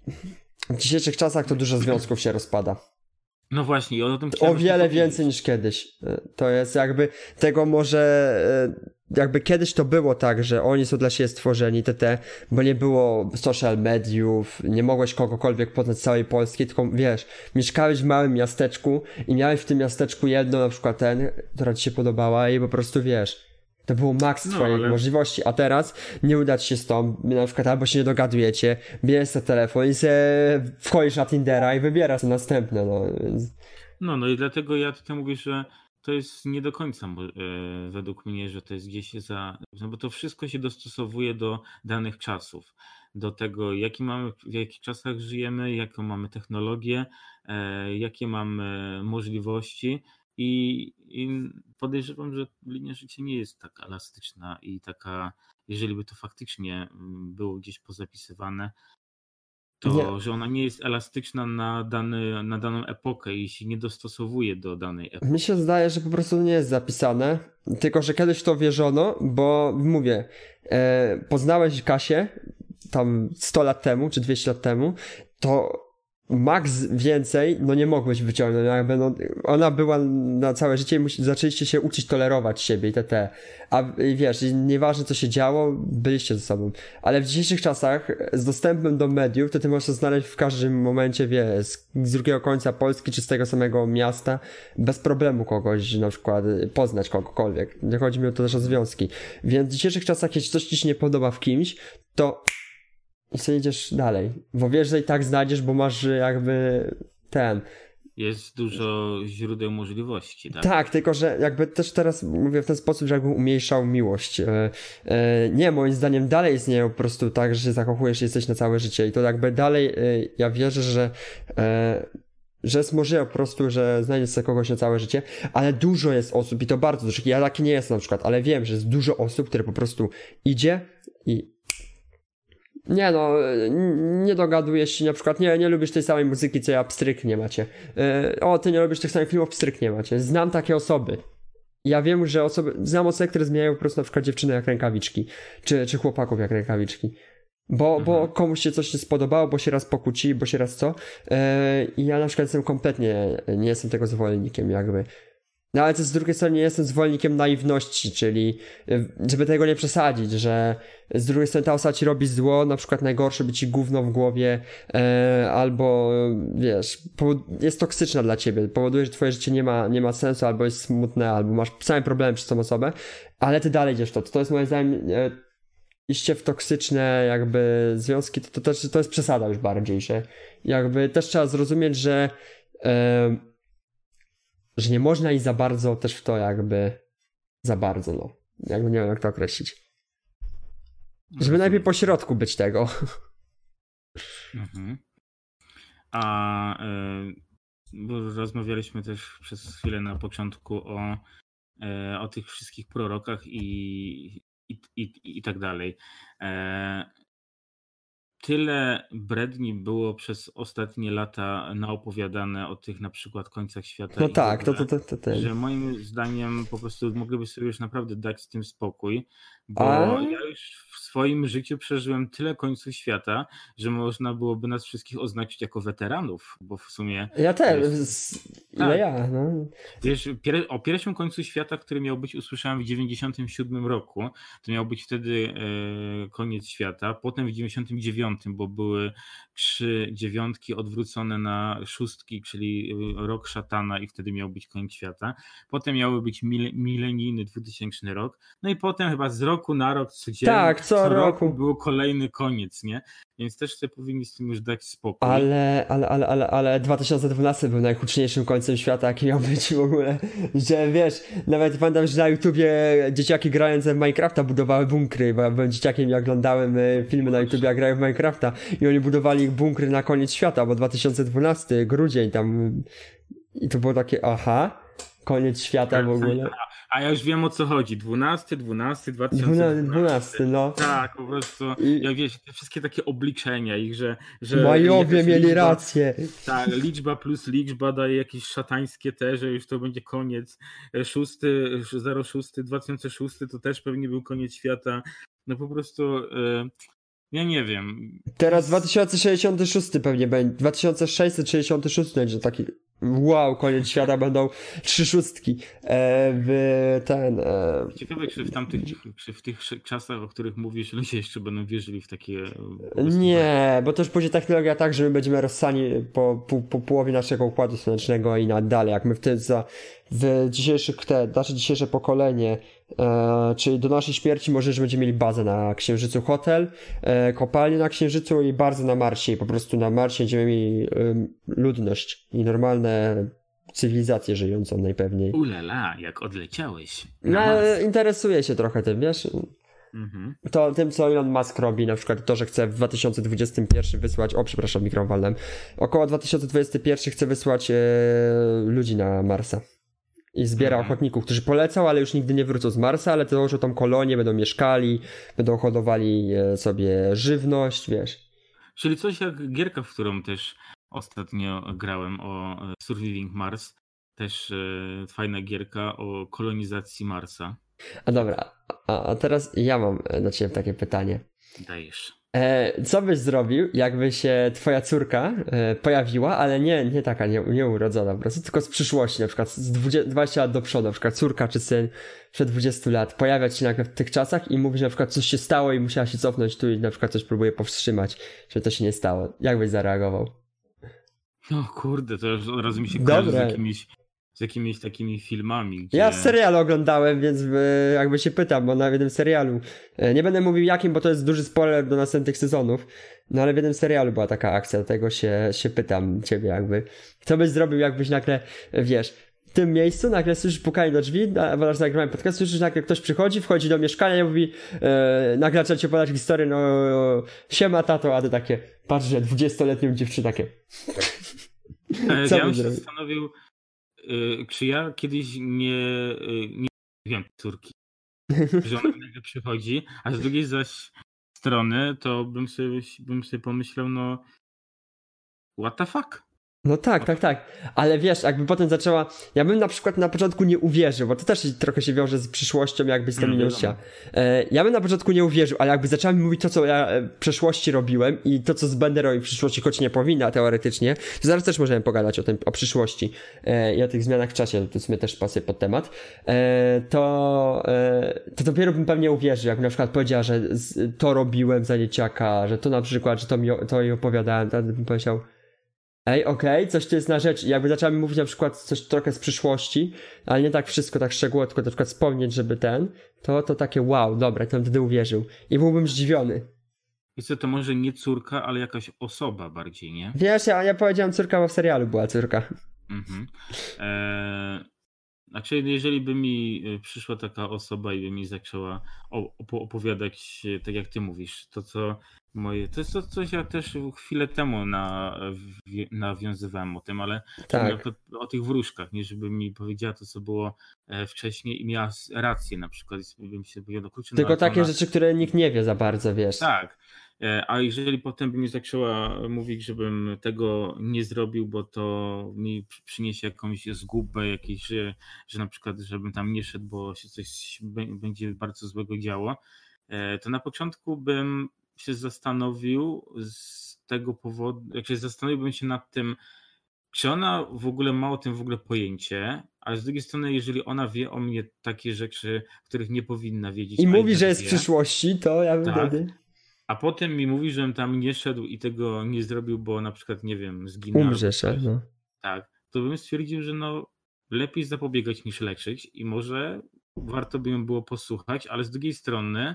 w dzisiejszych czasach to dużo związków się rozpada. No właśnie, o tym O wiele więcej niż kiedyś. To jest jakby tego może jakby kiedyś to było tak, że oni są dla siebie stworzeni, te, te, bo nie było social mediów, nie mogłeś kogokolwiek poznać z całej Polski, tylko wiesz, mieszkałeś w małym miasteczku i miałeś w tym miasteczku jedną na przykład ten, która ci się podobała i po prostu wiesz, to było maks no, twojej ale... możliwości, a teraz nie uda ci się z tą, na przykład albo się nie dogadujecie, bierzesz sobie telefon i sobie wchodzisz na Tindera i wybierasz następne, no więc... No, no i dlatego ja tutaj mówię, że to jest nie do końca bo, e, według mnie, że to jest gdzieś za... No bo to wszystko się dostosowuje do danych czasów, do tego, jaki mamy, w jakich czasach żyjemy, jaką mamy technologię, e, jakie mamy możliwości. I, I podejrzewam, że linia życia nie jest taka elastyczna i taka, jeżeli by to faktycznie było gdzieś pozapisywane, to nie. Że ona nie jest elastyczna na, dany, na daną epokę i się nie dostosowuje do danej epoki. Mi się zdaje, że po prostu nie jest zapisane, tylko że kiedyś w to wierzono, bo mówię, e, poznałeś Kasię tam sto lat temu, czy dwieście lat temu, to max więcej, no nie mogłeś wyciągnąć, jakby no, ona była na całe życie i musi, zaczęliście się uczyć tolerować siebie i te, te. A wiesz, nieważne co się działo, byliście ze sobą. Ale w dzisiejszych czasach z dostępem do mediów, to ty możesz znaleźć w każdym momencie, wiesz, z, z drugiego końca Polski czy z tego samego miasta, bez problemu kogoś, na przykład poznać kogokolwiek. Nie chodzi mi o to też o związki. Więc w dzisiejszych czasach, jeśli coś ci się nie podoba w kimś, to i sobie idziesz dalej, bo wiesz, że i tak znajdziesz, bo masz jakby ten... Jest dużo źródeł możliwości, tak? Tak, tylko że jakby też teraz mówię w ten sposób, że jakby umniejszał miłość. E, e, nie, moim zdaniem dalej istnieje po prostu tak, że zakochujesz się, jesteś na całe życie i to jakby dalej e, ja wierzę, że e, że jest możliwe po prostu, że znajdziesz sobie kogoś na całe życie, ale dużo jest osób i to bardzo dużo, ja taki nie jestem na przykład, ale wiem, że jest dużo osób, które po prostu idzie i nie no, nie dogadujesz się na przykład, nie, nie lubisz tej samej muzyki, co ja, pstryk nie macie. Yy, o, ty nie lubisz tych samych filmów, pstryk nie macie. Znam takie osoby. Ja wiem, że osoby, znam osoby, które zmieniają po prostu na przykład dziewczyny jak rękawiczki, czy, czy chłopaków jak rękawiczki. Bo, mhm. bo komuś się coś nie spodobało, bo się raz pokłóci, bo się raz co. Yy, I ja na przykład jestem kompletnie, nie jestem tego zwolennikiem jakby. No ale też z drugiej strony nie jestem zwolennikiem naiwności, czyli żeby tego nie przesadzić, że z drugiej strony ta osoba ci robi zło, na przykład najgorsze by ci gówno w głowie, e, albo wiesz, jest toksyczna dla ciebie, powoduje, że twoje życie nie ma, nie ma sensu, albo jest smutne, albo masz same problemy przez tą osobę, ale ty dalej idziesz w to. To jest moim zdaniem e, iście w toksyczne jakby związki, to, to też to jest przesada już bardziej, że jakby też trzeba zrozumieć, że e, że nie można iść za bardzo też w to jakby za bardzo, no. Jakby nie wiem jak to określić. Żeby najpierw po środku być tego. Mhm. A bo rozmawialiśmy też przez chwilę na początku o, o tych wszystkich prorokach i, i, i, i tak dalej. Tyle bredni było przez ostatnie lata naopowiadane o tych na przykład końcach świata No i w tak, to, ogóle, to, to, to ten. że moim zdaniem po prostu mogliby sobie już naprawdę dać z tym spokój, bo A? ja już w swoim życiu przeżyłem tyle końców świata, że można byłoby nas wszystkich oznaczyć jako weteranów, bo w sumie... Ja też, wiesz, z- ile tak. ja, no. Wiesz, pier- o pierwszym końcu świata, który miał być, usłyszałem w dziewięćdziesiątym siódmym roku. To miał być wtedy e, koniec świata. Potem w dziewięćdziesiątym dziewiątym, bo były trzy dziewiątki odwrócone na szóstki, czyli rok szatana i wtedy miał być koniec świata. Potem miały być mile- milenijny dwutysięczny rok. No i potem chyba z roku na rok codziennie, Tak, co, co roku. roku był kolejny koniec, nie? Więc też sobie powinni z tym już dać spokój. Ale, ale, ale, ale, ale dwa tysiące dwunasty był najhuczniejszym końcem świata, jaki miał być w ogóle. Że wiesz, nawet pamiętam, że na YouTubie dzieciaki grające w Minecrafta budowały bunkry, bo ja byłem dzieciakiem i oglądałem filmy na YouTubie, jak grają w Minecrafta i oni budowali ich bunkry na koniec świata, bo dwa tysiące dwunasty, grudzień tam i to było takie, aha, koniec świata w ogóle. A ja już wiem, o co chodzi. dwunasty, dwunasty, dwa tysiące dwunasty, no. Tak, po prostu, I... jak wiesz, te wszystkie takie obliczenia ich, że... że Majowie mieli liczba, rację. Tak, liczba plus liczba daje jakieś szatańskie te, że już to będzie koniec. Szósty, zero sześć, dwa tysiące szósty to też pewnie był koniec świata. No po prostu... Yy... Ja nie wiem. Teraz dwa tysiące sześćdziesiąty szósty pewnie będzie. dwa tysiące sześćset sześćdziesiąty szósty będzie taki wow, koniec świata, będą trzy szóstki. E, w ten... E... Ciekawe, czy w tamtych, czy w tych czasach, o których mówisz, ludzie jeszcze będą wierzyli w takie... Nie, bo to już pójdzie technologia tak, że my będziemy rozsani po, po, po połowie naszego Układu Słonecznego i nad dalej. Jak my wtedy za w dzisiejszych, te, nasze dzisiejsze pokolenie, e, czyli do naszej śmierci może, że będziemy mieli bazę na Księżycu, hotel, e, kopalnię na Księżycu i bazę na Marsie i po prostu na Marsie będziemy mieli e, ludność i normalne cywilizację żyjącą najpewniej. Ulala, jak odleciałeś. No, ale interesuje się trochę tym, wiesz? Mhm. To tym, co Elon Musk robi, na przykład to, że chce w dwa tysiące dwudziestym pierwszym wysłać, o przepraszam, mikrofon walnąłem, około dwa tysiące dwudziestym pierwszym chce wysłać e, ludzi na Marsa. I zbiera mhm. ochotników, którzy polecą, ale już nigdy nie wrócą z Marsa, ale założą tam kolonię, będą mieszkali, będą hodowali sobie żywność, wiesz. Czyli coś jak gierka, w którą też ostatnio grałem, o Surviving Mars. Też e, fajna gierka o kolonizacji Marsa. A dobra, a, a teraz ja mam do ciebie takie pytanie. Dajesz. E, co byś zrobił, jakby się twoja córka e, pojawiła, ale nie, nie taka nie, nieurodzona po prostu, tylko z przyszłości, na przykład z dwudziestu lat do przodu, na przykład córka czy syn przed dwudziestu lat, pojawiać się nagle w tych czasach i mówić, że na przykład coś się stało i musiała się cofnąć tu i na przykład coś próbuje powstrzymać, żeby to się nie stało. Jak byś zareagował? No kurde, to już od razu mi się kojarzy z jakimiś z jakimiś takimi filmami. Gdzie... Ja serial oglądałem, więc jakby się pytam, bo na jednym serialu, nie będę mówił jakim, bo to jest duży spoiler do następnych sezonów, no ale w jednym serialu była taka akcja, dlatego się, się pytam ciebie jakby. Co byś zrobił, jakbyś nagle, wiesz, w tym miejscu nagle słyszysz pukanie do drzwi, bo nasz nagrywamy podcast, słyszysz nagle ktoś przychodzi, wchodzi do mieszkania i mówi, e, nagle zaczyna ci opowiadać historię, no siema tato, a ty takie, patrz, że dwudziestoletnią dziewczynę takie. Co ja bym się zastanowił, czy ja kiedyś nie, nie wiem córki, że ona nagle przychodzi, a z drugiej zaś strony to bym sobie, bym sobie pomyślał, no what the fuck? No tak, tak, tak, ale wiesz, jakby potem zaczęła, ja bym na przykład na początku nie uwierzył, bo to też trochę się wiąże z przyszłością, jakby z tą miniocia. E, ja bym na początku nie uwierzył, ale jakby zaczęła mi mówić to, co ja w przeszłości robiłem i to, co będę robił w przyszłości, choć nie powinna teoretycznie, to zaraz też możemy pogadać o tym, o przyszłości e, i o tych zmianach w czasie, to w sumie też pasuje pod temat, e, to, e, to dopiero bym pewnie uwierzył, jak na przykład powiedziała, że z, to robiłem za dzieciaka, że to na przykład, że to mi to jej opowiadałem, to bym powiedział, ej, okej, okay, coś tu jest na rzecz. Jakby zaczęła mi mówić na przykład coś trochę z przyszłości, ale nie tak wszystko tak szczegółowo, tylko na przykład wspomnieć, żeby ten, to to takie wow, dobra, to bym wtedy uwierzył. I byłbym zdziwiony. I co, to może nie córka, ale jakaś osoba bardziej, nie? Wiesz, ja, ja powiedziałem córka, bo w serialu była córka. Mhm. Eee, znaczy, jeżeli by mi przyszła taka osoba i by mi zaczęła opowiadać, tak jak ty mówisz, to co moje. To jest to, coś ja też chwilę temu na, nawiązywałem o tym, ale Tak. o, o tych wróżkach, nie żeby mi powiedziała to, co było wcześniej i miała rację na przykład. Bym się powiedział, no kurczę, Tylko no, takie ona... rzeczy, które nikt nie wie za bardzo, wiesz. Tak. A jeżeli potem by mi zaczęła mówić, żebym tego nie zrobił, bo to mi przyniesie jakąś zgubę, jakieś, że, że na przykład żebym tam nie szedł, bo się coś będzie bardzo złego działo, to na początku bym się zastanowił z tego powodu, jak się zastanowiłbym się nad tym, czy ona w ogóle ma o tym w ogóle pojęcie, ale z drugiej strony, jeżeli ona wie o mnie takie rzeczy, których nie powinna wiedzieć. I mówi, tak że jest wie, w przyszłości, to ja bym tak, wtedy... A potem mi mówi, żebym tam nie szedł i tego nie zrobił, bo na przykład, nie wiem, zginął. Umrzesz, no. Tak, to bym stwierdził, że no lepiej zapobiegać niż leczyć i może warto by ją było posłuchać, ale z drugiej strony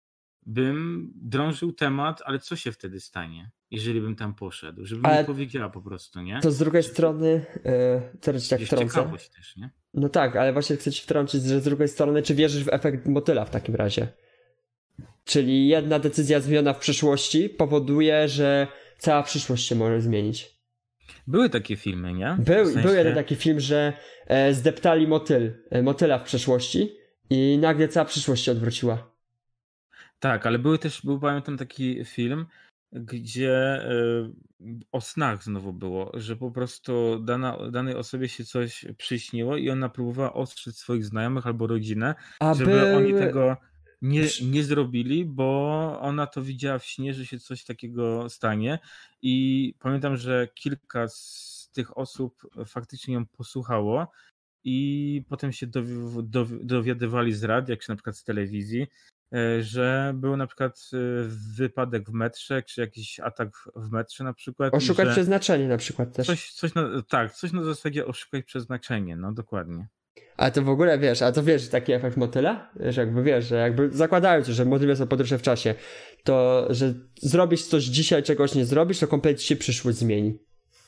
bym drążył temat, ale co się wtedy stanie, jeżeli bym tam poszedł, żeby ale mi powiedziała po prostu, nie? To z drugiej Czy... strony, yy, teraz ci tak jest wtrącę. ciekawość też, nie? No tak, ale właśnie chcę ci wtrącić, że z drugiej strony, czy wierzysz w efekt motyla w takim razie? Czyli jedna decyzja zmieniona w przyszłości powoduje, że cała przyszłość się może zmienić. Były takie filmy, nie? Był, w sensie... był jeden taki film, że e, zdeptali motyl, e, motyla w przeszłości i nagle cała przyszłość się odwróciła. Tak, ale były też, był pamiętam taki film, gdzie y, o snach znowu było, że po prostu dana, danej osobie się coś przyśniło i ona próbowała ostrzec swoich znajomych albo rodzinę, A żeby by... oni tego nie, nie zrobili, bo ona to widziała w śnie, że się coś takiego stanie i pamiętam, że kilka z tych osób faktycznie ją posłuchało i potem się dowi, dowi, dowiadywali z radia, czy na przykład z telewizji, że był na przykład wypadek w metrze, czy jakiś atak w metrze na przykład. Oszukać przeznaczenie na przykład też. Coś, coś na, tak, coś na zasadzie oszukać przeznaczenie, no dokładnie. Ale to w ogóle wiesz, a to wiesz taki efekt motyla? Że jakby wiesz, że jakby zakładając, że motyle są podróże w czasie, to że zrobisz coś dzisiaj, czegoś nie zrobisz, to kompletnie się przyszłość zmieni.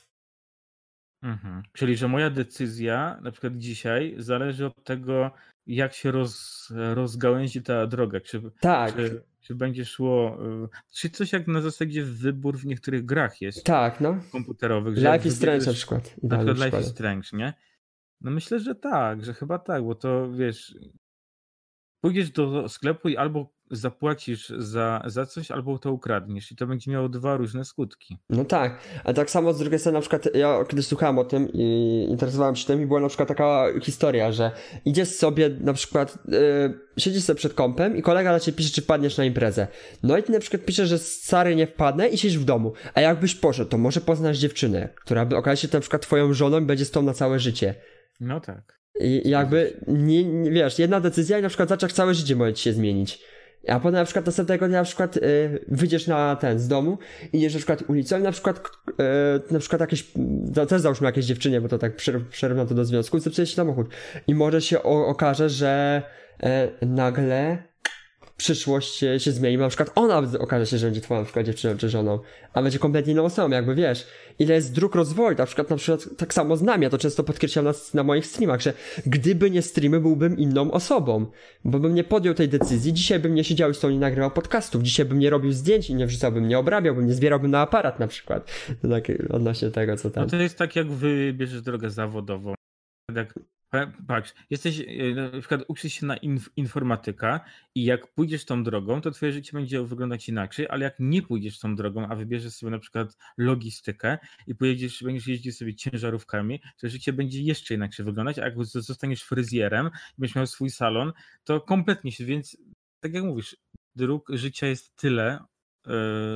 Mhm. Czyli, że moja decyzja na przykład dzisiaj zależy od tego, jak się roz, rozgałęzi ta droga. Czy, tak. Czy, czy będzie szło... Czy coś jak na zasadzie wybór w niektórych grach jest. Tak, no. Komputerowych. Life is Strange na przykład. Na przykład Life is Strange, nie? No myślę, że tak, że chyba tak, bo to wiesz... Pójdziesz do sklepu i albo zapłacisz za, za coś, albo to ukradniesz i to będzie miało dwa różne skutki. No tak, a tak samo z drugiej strony na przykład ja kiedyś słuchałem o tym i interesowałem się tym i była na przykład taka historia, że idziesz sobie na przykład, yy, siedzisz sobie przed kompem i kolega na ciebie pisze, czy wpadniesz na imprezę. No i ty na przykład piszesz, że stary nie wpadnę i siedzisz w domu, a jakbyś poszedł, to może poznasz dziewczynę, która by okazała się na przykład twoją żoną i będzie z tą na całe życie. No tak. I jakby, nie, nie, wiesz, jedna decyzja i na przykład zaczek całe życie może ci się zmienić. A potem na przykład następnego dnia na przykład yy, wyjdziesz na ten, z domu i idziesz na przykład ulicą i na przykład yy, na przykład jakieś, to też załóżmy jakieś dziewczynie, bo to tak przerówna to do związku, i zepsuje się samochód. I może się o, okaże, że yy, nagle przyszłość się, się zmieni, bo na przykład ona okaże się, że będzie twoją na przykład dziewczyną czy żoną, a będzie kompletnie inną osobą, jakby wiesz, ile jest dróg rozwoju, na przykład, na przykład tak samo z nami, ja to często podkreślam na, na moich streamach, że gdyby nie streamy, byłbym inną osobą, bo bym nie podjął tej decyzji, dzisiaj bym nie siedział i z tą nie nagrywał podcastów, dzisiaj bym nie robił zdjęć i nie wrzucałbym, nie obrabiałbym, nie zbierałbym na aparat na przykład, tak odnośnie tego, co tam. No to jest tak, jak wybierzesz drogę zawodową, jak patrz, jesteś, na przykład uczysz się na inf- informatyka i jak pójdziesz tą drogą, to twoje życie będzie wyglądać inaczej, ale jak nie pójdziesz tą drogą, a wybierzesz sobie na przykład logistykę i pojedziesz, będziesz jeździł sobie ciężarówkami, to życie będzie jeszcze inaczej wyglądać, a jak zostaniesz fryzjerem i będziesz miał swój salon, to kompletnie się, więc tak jak mówisz, dróg życia jest tyle yy,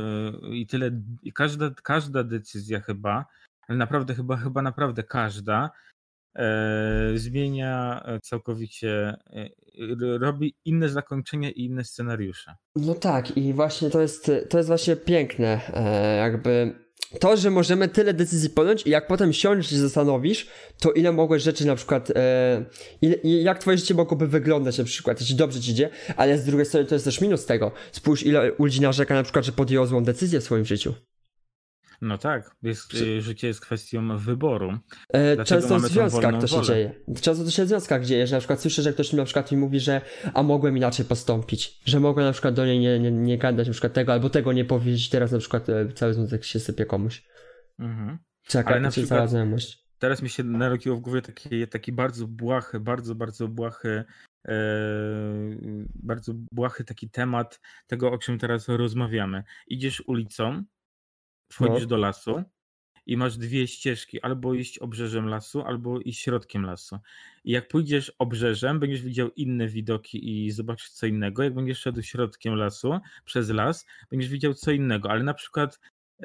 i tyle, i każda, każda decyzja chyba, ale naprawdę chyba, chyba naprawdę każda E, zmienia całkowicie, e, robi inne zakończenia i inne scenariusze. No tak, i właśnie to jest, to jest właśnie piękne, e, jakby to, że możemy tyle decyzji podjąć i jak potem siądziesz i się zastanowisz, to ile mogłeś rzeczy na przykład, e, ile, jak twoje życie mogłoby wyglądać na przykład, jeśli dobrze ci idzie, ale z drugiej strony to jest też minus tego. Spójrz, ile ludzi narzeka na przykład, że podjęło złą decyzję w swoim życiu. No tak, jest, Przy... życie jest kwestią wyboru. E, często w związkach to się wolę? dzieje. Często to się w związkach dzieje, że na przykład słyszę, że ktoś mi na przykład mi mówi, że a mogłem inaczej postąpić, że mogłem na przykład do niej nie, nie, nie gadać na przykład tego, albo tego nie powiedzieć, teraz na przykład e, cały związek się sypie komuś. Mhm. Czeka, ale na przykład cała znajomość. Teraz mi się narodziło w głowie taki, taki bardzo błahy, bardzo, bardzo błahy e, bardzo błahy taki temat tego, o czym teraz rozmawiamy. Idziesz ulicą, wchodzisz no. do lasu i masz dwie ścieżki, albo iść obrzeżem lasu, albo iść środkiem lasu. I jak pójdziesz obrzeżem, będziesz widział inne widoki i zobaczysz co innego. Jak będziesz szedł środkiem lasu, przez las, będziesz widział co innego, ale na przykład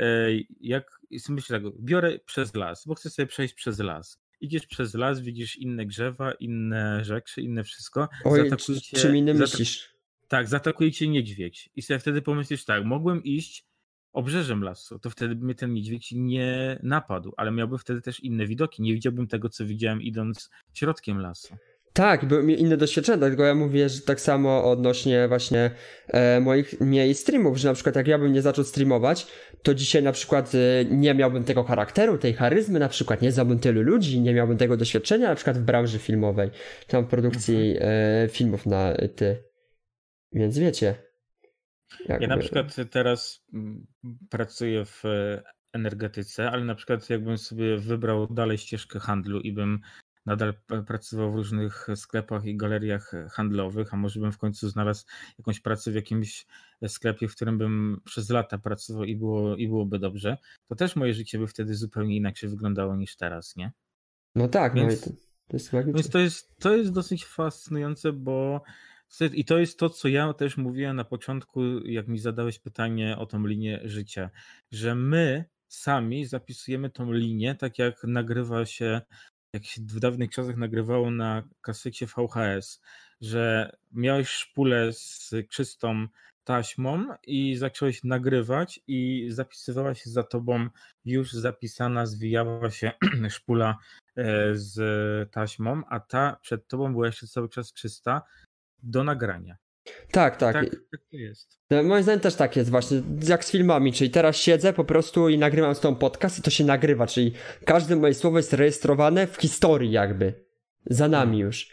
jak myślę tak, biorę przez las, bo chcę sobie przejść przez las. Idziesz przez las, widzisz inne drzewa, inne rzeczy, inne wszystko. Oj, cię, czym innym zatak- myślisz? Tak, zaatakuje cię niedźwiedź. I sobie wtedy pomyślisz tak, mogłem iść obrzeżem lasu, to wtedy by mnie ten niedźwiedź nie napadł, ale miałby wtedy też inne widoki. Nie widziałbym tego, co widziałem idąc środkiem lasu. Tak, były mi inne doświadczenia, dlatego ja mówię, że tak samo odnośnie właśnie e, moich mniej streamów, że na przykład jak ja bym nie zaczął streamować, to dzisiaj na przykład e, nie miałbym tego charakteru, tej charyzmy na przykład, nie znałbym tylu ludzi, nie miałbym tego doświadczenia na przykład w branży filmowej, czy tam w produkcji e, filmów na ty. Więc wiecie. Jakby... Ja na przykład teraz pracuję w energetyce, ale na przykład jakbym sobie wybrał dalej ścieżkę handlu i bym nadal pracował w różnych sklepach i galeriach handlowych, a może bym w końcu znalazł jakąś pracę w jakimś sklepie, w którym bym przez lata pracował i, było, i byłoby dobrze, to też moje życie by wtedy zupełnie inaczej wyglądało niż teraz, nie? No tak, więc, no i to, to jest więc to jest, to jest dosyć fascynujące, bo i to jest to, co ja też mówiłem na początku, jak mi zadałeś pytanie o tą linię życia, że my sami zapisujemy tą linię, tak jak nagrywa się, jak się w dawnych czasach nagrywało na kasecie V H S, że miałeś szpulę z czystą taśmą i zacząłeś nagrywać i zapisywała się za tobą już zapisana, zwijała się szpula z taśmą, a ta przed tobą była jeszcze cały czas czysta do nagrania. Tak, tak. Tak, tak to jest. Moim zdaniem też tak jest właśnie, jak z filmami, czyli teraz siedzę po prostu i nagrywam z tą podcast i to się nagrywa, czyli każde moje słowo jest rejestrowane w historii jakby, za nami już.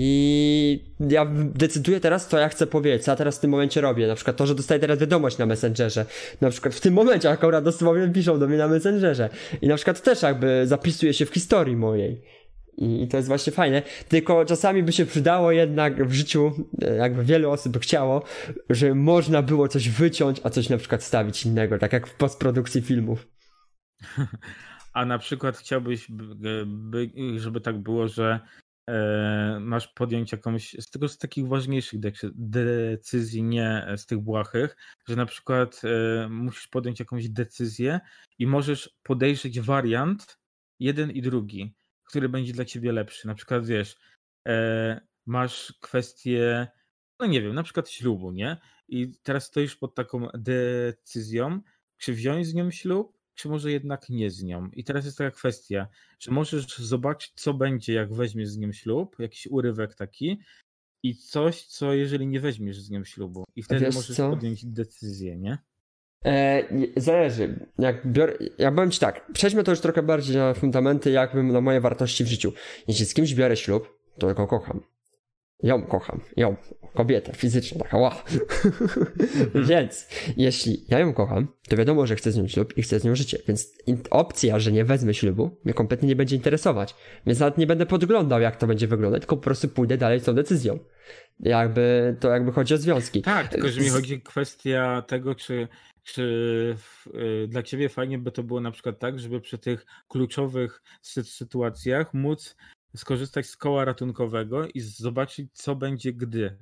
I ja decyduję teraz, co ja chcę powiedzieć, co ja teraz w tym momencie robię. Na przykład to, że dostaję teraz wiadomość na Messengerze. Na przykład w tym momencie akurat dosłownie piszą do mnie na Messengerze. I na przykład też jakby zapisuje się w historii mojej. I to jest właśnie fajne, tylko czasami by się przydało jednak w życiu, jakby wiele osób by chciało, że można było coś wyciąć, a coś na przykład stawić innego, tak jak w postprodukcji filmów. A na przykład chciałbyś, by, żeby tak było, że e, masz podjąć jakąś, z tego z takich ważniejszych decyzji, nie z tych błahych, że na przykład e, musisz podjąć jakąś decyzję i możesz podejrzeć wariant jeden i drugi, który będzie dla ciebie lepszy. Na przykład wiesz, e, masz kwestię, no nie wiem, na przykład ślubu, nie? I teraz stoisz pod taką decyzją, czy wziąć z nią ślub, czy może jednak nie z nią. I teraz jest taka kwestia, że możesz zobaczyć, co będzie, jak weźmiesz z nią ślub, jakiś urywek taki i coś, co jeżeli nie weźmiesz z nią ślubu. I wtedy wiesz możesz co? podjąć decyzję, nie? E, zależy. Jak biorę, ja powiem ci tak, przejdźmy to już trochę bardziej na fundamenty, jakbym na moje wartości w życiu. Jeśli z kimś biorę ślub, to go kocham. Ją kocham. Ją. Kobietę. Fizycznie. Taka wow. Więc jeśli ja ją kocham, to wiadomo, że chcę z nią ślub i chcę z nią życie. Więc opcja, że nie wezmę ślubu, mnie kompletnie nie będzie interesować. Więc nawet nie będę podglądał, jak to będzie wyglądać, tylko po prostu pójdę dalej z tą decyzją. Jakby to jakby chodzi o związki. Tak, tylko że mi chodzi kwestia tego, czy Czy w, y, dla ciebie fajnie by to było na przykład tak, żeby przy tych kluczowych sy- sytuacjach móc skorzystać z koła ratunkowego i zobaczyć, co będzie gdy?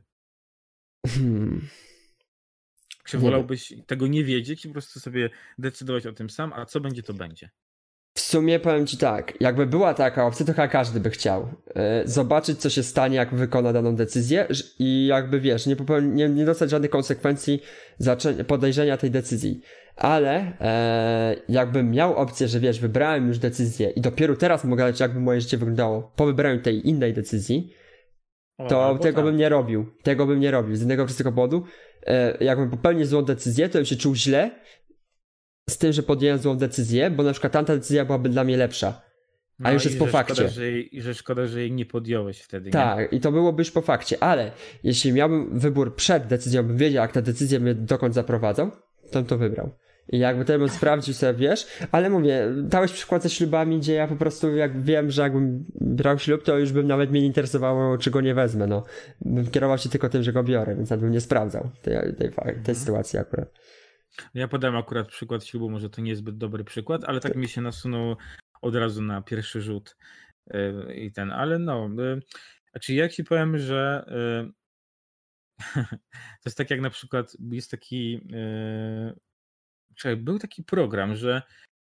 Hmm. Czy wolałbyś nie. tego nie wiedzieć i po prostu sobie decydować o tym sam, a co będzie, to będzie? W sumie powiem ci tak, jakby była taka opcja, to chyba każdy by chciał e, zobaczyć, co się stanie, jak wykona daną decyzję i jakby wiesz, nie, popełni, nie, nie dostać żadnych konsekwencji zaczę- podejrzenia tej decyzji. Ale e, jakbym miał opcję, że wiesz, wybrałem już decyzję i dopiero teraz mogę wiedzieć, jakby moje życie wyglądało po wybraniu tej innej decyzji, to o, tego tak. bym nie robił. Tego bym nie robił. Z jednego prostego powodu, e, jakbym popełnił złą decyzję, to bym się czuł źle z tym, że podjąłem złą decyzję, bo na przykład tamta decyzja byłaby dla mnie lepsza. A No już i jest po że fakcie. Szkoda, że jej, I że szkoda, że jej nie podjąłeś wtedy. Tak, nie? i to byłoby już po fakcie, ale jeśli miałbym wybór przed decyzją, bym wiedział, jak ta decyzja mnie dokąd zaprowadzą, to bym to wybrał. I jakby to bym sprawdził sobie, wiesz, ale mówię, dałeś przykład ze ślubami, gdzie ja po prostu jak wiem, że jakbym brał ślub, to już bym nawet mnie nie interesowało, czy go nie wezmę, no. Bym kierował się tylko tym, że go biorę, więc nawet bym nie sprawdzał tej, tej, tej mhm. sytuacji akurat. Ja podam akurat przykład ślubu, może to niezbyt dobry przykład, ale tak mi się nasunął od razu na pierwszy rzut yy, i ten, ale no, yy, znaczy ja ci powiem, że yy, to jest tak jak na przykład jest taki yy, czekaj, był taki program, że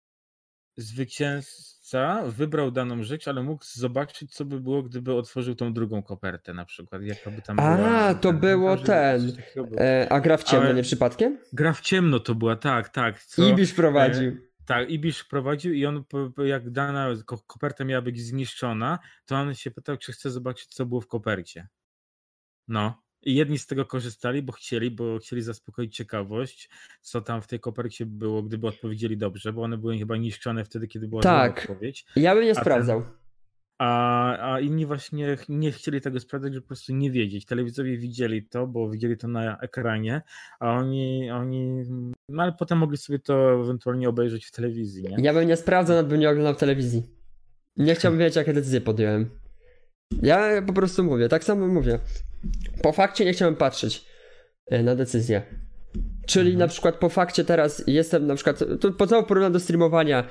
zwycięzca wybrał daną rzecz, ale mógł zobaczyć, co by było, gdyby otworzył tą drugą kopertę na przykład. Jakaby tam a, była, to tam, było tam, ten. E, a gra w ciemno, ale nie przypadkiem? Gra w ciemno to była, tak, tak. Co, Ibisz prowadził. E, tak, Ibisz prowadził i on, jak dana koperta miała być zniszczona, to on się pytał, czy chce zobaczyć, co było w kopercie. No. I jedni z tego korzystali, bo chcieli, bo chcieli zaspokoić ciekawość, co tam w tej kopercie było, gdyby odpowiedzieli dobrze, bo one były chyba niszczone wtedy, kiedy była tak. zła odpowiedź. Ja bym nie a sprawdzał. Ten, a, a inni właśnie nie chcieli tego sprawdzać, żeby po prostu nie wiedzieć. Telewidzowie widzieli to, bo widzieli to na ekranie, a oni, oni no ale potem mogli sobie to ewentualnie obejrzeć w telewizji, nie? Ja bym nie sprawdzał, nawet bym nie oglądał w telewizji. Nie chciałbym wiedzieć, jakie decyzje podjąłem. Ja po prostu mówię, tak samo mówię. Po fakcie nie chciałem patrzeć na decyzję. Czyli mhm. na przykład po fakcie teraz jestem na przykład, to po co porównam do streamowania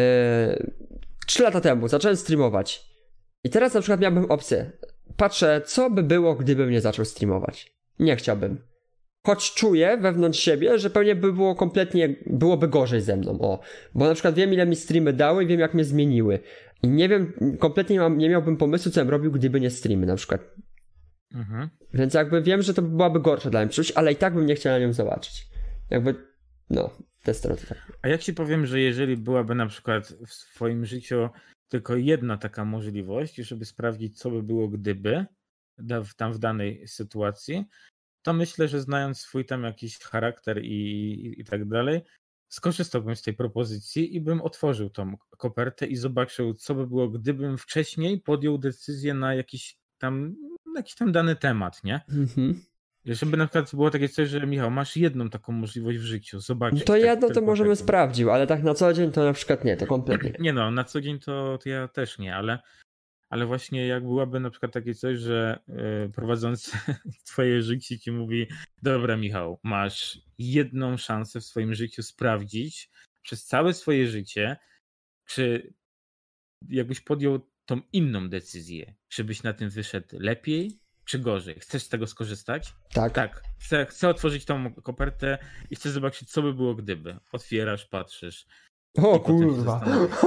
trzy lata temu zacząłem streamować i teraz na przykład miałbym opcję, patrzę co by było, gdybym nie zaczął streamować. Nie chciałbym. Choć czuję wewnątrz siebie, że pewnie by było kompletnie, byłoby gorzej ze mną, o. Bo na przykład wiem ile mi streamy dały i wiem jak mnie zmieniły. I nie wiem, kompletnie nie, mam, nie miałbym pomysłu co bym robił, gdyby nie streamy na przykład. Mhm. Więc jakby wiem, że to byłaby gorsza dla mnie przyszłość, ale i tak bym nie chciał na nią zobaczyć. Jakby, no, te strony tak. A jak ci powiem, że jeżeli byłaby na przykład w swoim życiu tylko jedna taka możliwość, żeby sprawdzić, co by było gdyby tam w danej sytuacji, to myślę, że znając swój tam jakiś charakter i, i, i tak dalej, skorzystałbym z tej propozycji i bym otworzył tą kopertę i zobaczył, co by było, gdybym wcześniej podjął decyzję na jakiś tam, na jakiś tam dany temat, nie? Mhm. Żeby na przykład było takie coś, że Michał, masz jedną taką możliwość w życiu, zobaczyć. No to tak, jedno to możemy sprawdził, ale tak na co dzień to na przykład nie, to kompletnie. Nie no, na co dzień to, to ja też nie, ale Ale właśnie jak byłaby na przykład takie coś, że yy, prowadzący twoje życie ci mówi, dobra Michał, masz jedną szansę w swoim życiu sprawdzić przez całe swoje życie, czy jakbyś podjął tą inną decyzję, czy byś na tym wyszedł lepiej, czy gorzej. Chcesz z tego skorzystać? Tak. Tak. Chcę, chcę otworzyć tą kopertę i chcę zobaczyć, co by było gdyby. Otwierasz, patrzysz. O kurwa.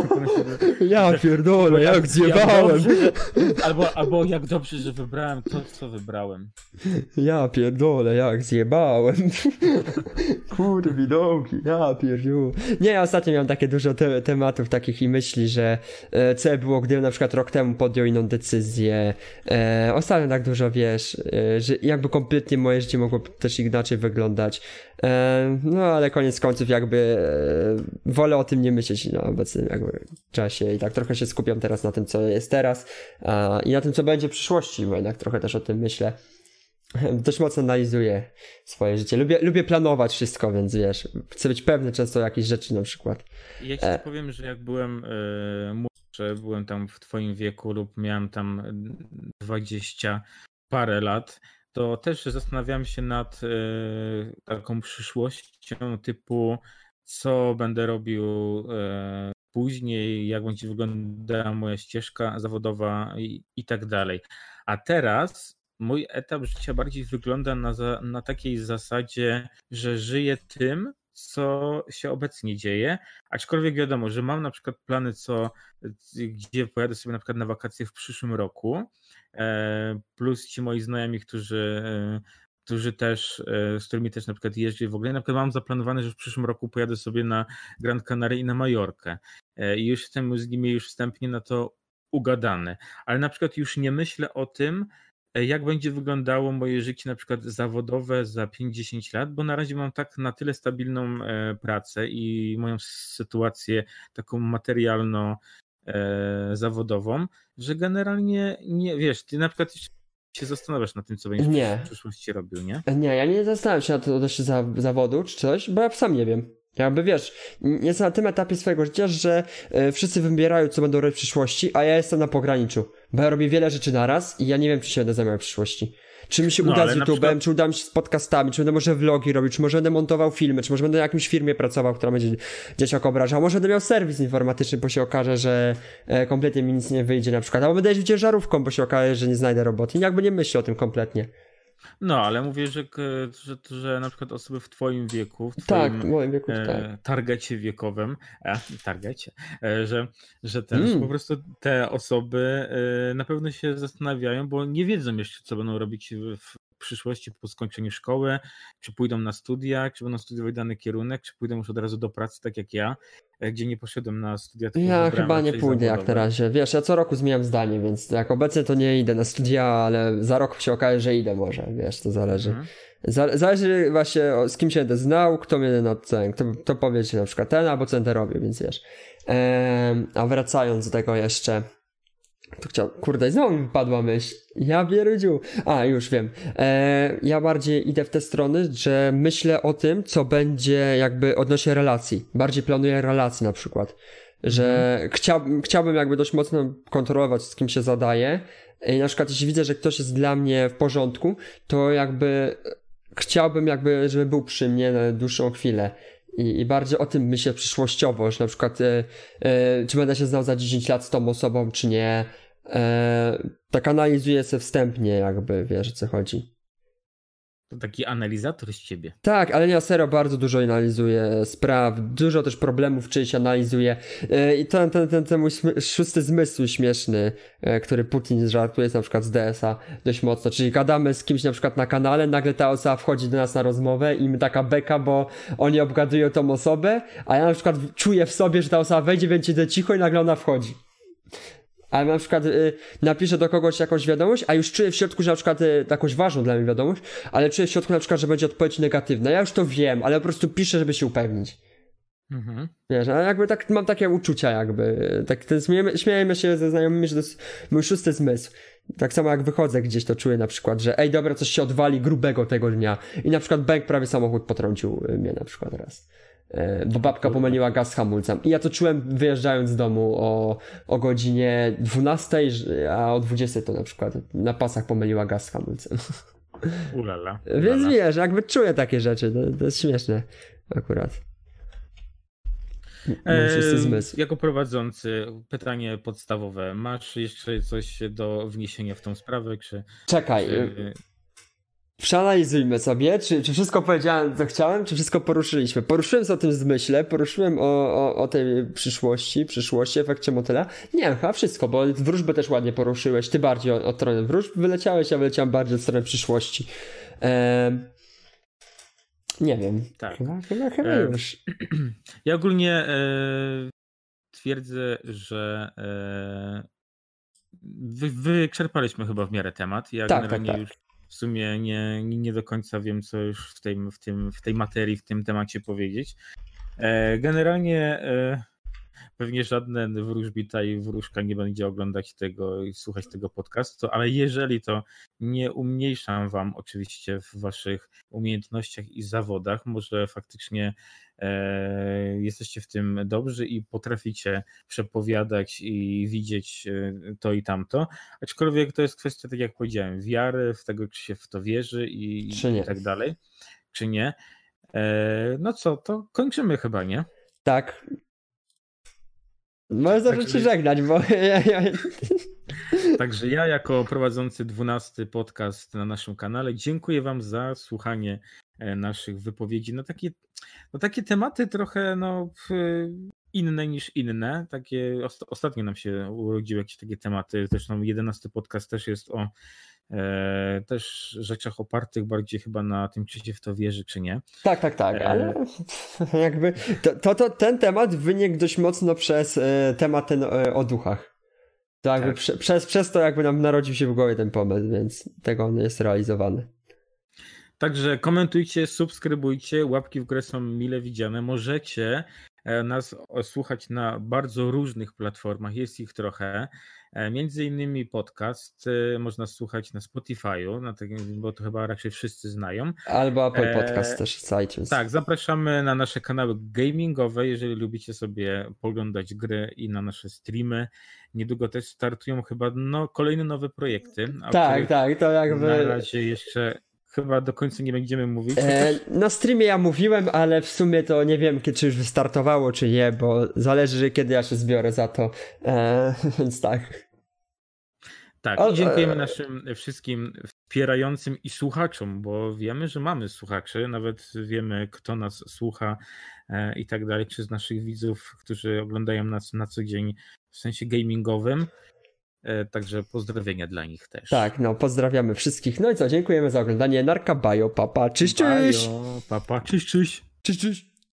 Ja pierdolę, jak zjebałem. Jak albo, albo jak dobrze, że wybrałem to, co wybrałem. Ja pierdolę, jak zjebałem. Kurwi dołki, ja pierdolę. Nie, ja ostatnio miałem takie dużo te tematów takich i myśli, że e, co było, gdybym na przykład rok temu podjął inną decyzję. E, ostatnio tak dużo, wiesz, e, że jakby kompletnie moje życie mogło też inaczej wyglądać. E, no ale koniec końców jakby e, wolę o tym nie myśleć na obecnym jakby czasie i tak trochę się skupiam teraz na tym, co jest teraz a, i na tym, co będzie w przyszłości, bo jednak trochę też o tym myślę. Dość mocno analizuję swoje życie. Lubię, lubię planować wszystko, więc wiesz, chcę być pewny często o jakichś rzeczy na przykład. Ja ci e... powiem, że jak byłem yy, młodszy, byłem tam w twoim wieku lub miałem tam dwadzieścia parę lat, to też zastanawiałem się nad yy, taką przyszłością typu co będę robił e, później, jak będzie wyglądała moja ścieżka zawodowa i, i tak dalej. A teraz mój etap życia bardziej wygląda na, za, na takiej zasadzie, że żyję tym, co się obecnie dzieje, aczkolwiek wiadomo, że mam na przykład plany, co, gdzie pojadę sobie na przykład na wakacje w przyszłym roku, e, plus ci moi znajomi, którzy e, którzy też, z którymi też na przykład jeżdżę w ogóle. Na przykład mam zaplanowane, że w przyszłym roku pojadę sobie na Gran Canaria i na Majorkę. I już jestem z nimi już wstępnie na to ugadany. Ale na przykład już nie myślę o tym, jak będzie wyglądało moje życie na przykład zawodowe za pięć dziesięć lat, bo na razie mam tak na tyle stabilną pracę i moją sytuację taką materialno zawodową, że generalnie nie, wiesz, ty na przykład się zastanawiasz nad tym, co będziesz nie. w przyszłości robił, nie? Nie, ja nie zastanawiam się nad odnośnie za, zawodu czy coś, bo ja sam nie wiem. Jakby wiesz, jestem na tym etapie swojego życia, że y, wszyscy wybierają, co będą robić w przyszłości, a ja jestem na pograniczu, bo ja robię wiele rzeczy naraz i ja nie wiem, czy się będę zajmował w przyszłości. Czy mi się no, uda z YouTube'em, przykład... czy uda mi się z podcastami, czy będę może vlogi robić, czy może będę montował filmy, czy może będę w jakimś firmie pracował, która będzie dzieciak obrażał, może będę miał serwis informatyczny, bo się okaże, że e, kompletnie mi nic nie wyjdzie na przykład, albo będę jeździł ciężarówką, bo się okaże, że nie znajdę roboty. I jakby nie myślę o tym kompletnie. No, ale mówię, że, że, że na przykład osoby w twoim wieku, w tak, twoim w moim wieku, e, tak. targecie wiekowym, e, targecie, e, że, że ten, mm. po prostu te osoby e, na pewno się zastanawiają, bo nie wiedzą jeszcze, co będą robić w, w przyszłości po skończeniu szkoły, czy pójdą na studia, czy będą studiować dany kierunek, czy pójdą już od razu do pracy, tak jak ja, gdzie nie poszedłem na studia. Ja chyba nie pójdę zawodowe. Jak na razie. Wiesz, ja co roku zmieniam zdanie, więc jak obecnie to nie idę na studia, ale za rok się okaże, że idę może, wiesz, to zależy. Mhm. Zależy właśnie z kim się będę znał, kto mnie na ten, kto, kto powie ci na przykład ten albo co będę robił, więc wiesz. Ehm, a wracając do tego jeszcze, to chciał, kurde, znowu mi wypadła myśl. Ja pierdziu. A, już wiem. E, ja bardziej idę w te strony, że myślę o tym, co będzie jakby odnośnie relacji. Bardziej planuję relacje na przykład. Że mm. chciał, chciałbym jakby dość mocno kontrolować, z kim się zadaję. I na przykład jeśli widzę, że ktoś jest dla mnie w porządku, to jakby chciałbym jakby, żeby był przy mnie na dłuższą chwilę. I, I bardziej o tym myślę przyszłościowo, że na przykład e, e, czy będę się znał za dziesięć lat z tą osobą, czy nie. E, tak analizuję sobie wstępnie jakby, wiesz o co chodzi. To taki analizator z ciebie. Tak, ale ja serio bardzo dużo analizuję spraw, dużo też problemów czyjś analizuję e, i ten, ten, ten, ten mój smy- szósty zmysł śmieszny, e, który Putin żartuje na przykład z D S a dość mocno, czyli gadamy z kimś na przykład na kanale, nagle ta osoba wchodzi do nas na rozmowę i my taka beka, bo oni obgadują tą osobę, a ja na przykład czuję w sobie, że ta osoba wejdzie, więc idę cicho i nagle ona wchodzi. Ale na przykład y, napiszę do kogoś jakąś wiadomość, a już czuję w środku, że na przykład y, jakąś ważną dla mnie wiadomość, ale czuję w środku na przykład, że będzie odpowiedź negatywna. Ja już to wiem, ale po prostu piszę, żeby się upewnić. Mhm. Wiesz, ale jakby tak mam takie uczucia jakby. Tak, ten, śmiejemy, śmiejemy się ze znajomymi, że to jest mój szósty zmysł. Tak samo jak wychodzę gdzieś, to czuję na przykład, że ej dobra, coś się odwali grubego tego dnia. I na przykład bęk prawie samochód potrącił mnie na przykład raz. Bo babka pomyliła gaz z hamulcem. I ja to czułem wyjeżdżając z domu o, o godzinie dwunastej, a o dwudziestej to na przykład na pasach pomyliła gaz z hamulcem. Ulala. Więc wiesz, jakby czuję takie rzeczy. To, to jest śmieszne akurat. Eee, jako prowadzący, pytanie podstawowe. Masz jeszcze coś do wniesienia w tą sprawę? Czy, Czekaj. Czy... Przeanalizujmy sobie, czy, czy wszystko powiedziałem, co chciałem, czy wszystko poruszyliśmy. Poruszyłem sobie o tym zmyśle, poruszyłem o, o, o tej przyszłości, przyszłości, efekcie motyla. Nie wiem, chyba wszystko, bo wróżbę też ładnie poruszyłeś. Ty bardziej od, od strony wróżb wyleciałeś, ja wyleciałem bardziej od strony przyszłości. Eee, nie wiem. Tak. Chyba, chyba, chyba e, już. Ja ogólnie e, twierdzę, że e, wy, wyczerpaliśmy chyba w miarę temat. Ja tak, generalnie tak, tak. już w sumie nie, nie do końca wiem, co już w, tej, w, tym, w tej materii, w tym temacie powiedzieć. Generalnie pewnie żaden wróżbita i wróżka nie będzie oglądać tego i słuchać tego podcastu, ale jeżeli to nie umniejszam wam oczywiście w waszych umiejętnościach i zawodach, może faktycznie e, jesteście w tym dobrzy i potraficie przepowiadać i widzieć to i tamto, aczkolwiek to jest kwestia, tak jak powiedziałem, wiary, w tego, czy się w to wierzy i, i tak dalej, czy nie. E, no co, to kończymy chyba, nie? Tak. Możesz zacząć się żegnać, bo ja, ja... Także ja jako prowadzący dwunasty podcast na naszym kanale dziękuję wam za słuchanie naszych wypowiedzi na takie, no takie tematy trochę no, inne niż inne. Takie ostatnio nam się urodziły jakieś takie tematy. Zresztą jedenasty podcast też jest o e, też rzeczach opartych bardziej chyba na tym, czy się w to wierzy, czy nie. Tak, tak, tak, ale jakby to, to, to ten temat wynikł dość mocno przez e, temat ten e, o duchach. Tak, tak. Prze, przez, przez to jakby nam narodził się w głowie ten pomysł, więc tego on jest realizowany. Także komentujcie, subskrybujcie, łapki w górę są mile widziane. Możecie nas słuchać na bardzo różnych platformach, jest ich trochę. Między innymi podcast można słuchać na Spotify'u, na takim, bo to chyba raczej wszyscy znają. Albo Apple Podcast e... też z iTunes. Tak, zapraszamy na nasze kanały gamingowe, jeżeli lubicie sobie poglądać gry i na nasze streamy. Niedługo też startują chyba no, kolejne nowe projekty. Tak, tak, to jakby... Na razie jeszcze... Chyba do końca nie będziemy mówić. E, na streamie ja mówiłem, ale w sumie to nie wiem, czy już wystartowało, czy nie, bo zależy, kiedy ja się zbiorę za to. E, więc tak. Tak, o, i dziękujemy e... naszym wszystkim wspierającym i słuchaczom, bo wiemy, że mamy słuchaczy, nawet wiemy, kto nas słucha e, i tak dalej, czy z naszych widzów, którzy oglądają nas na co dzień w sensie gamingowym. Także pozdrowienia dla nich też. Tak, no pozdrawiamy wszystkich. No i co, dziękujemy za oglądanie. Narka, bajo, papa, cześć, cześć. Bajo, papa, cześć, cześć. Cześć, cześć.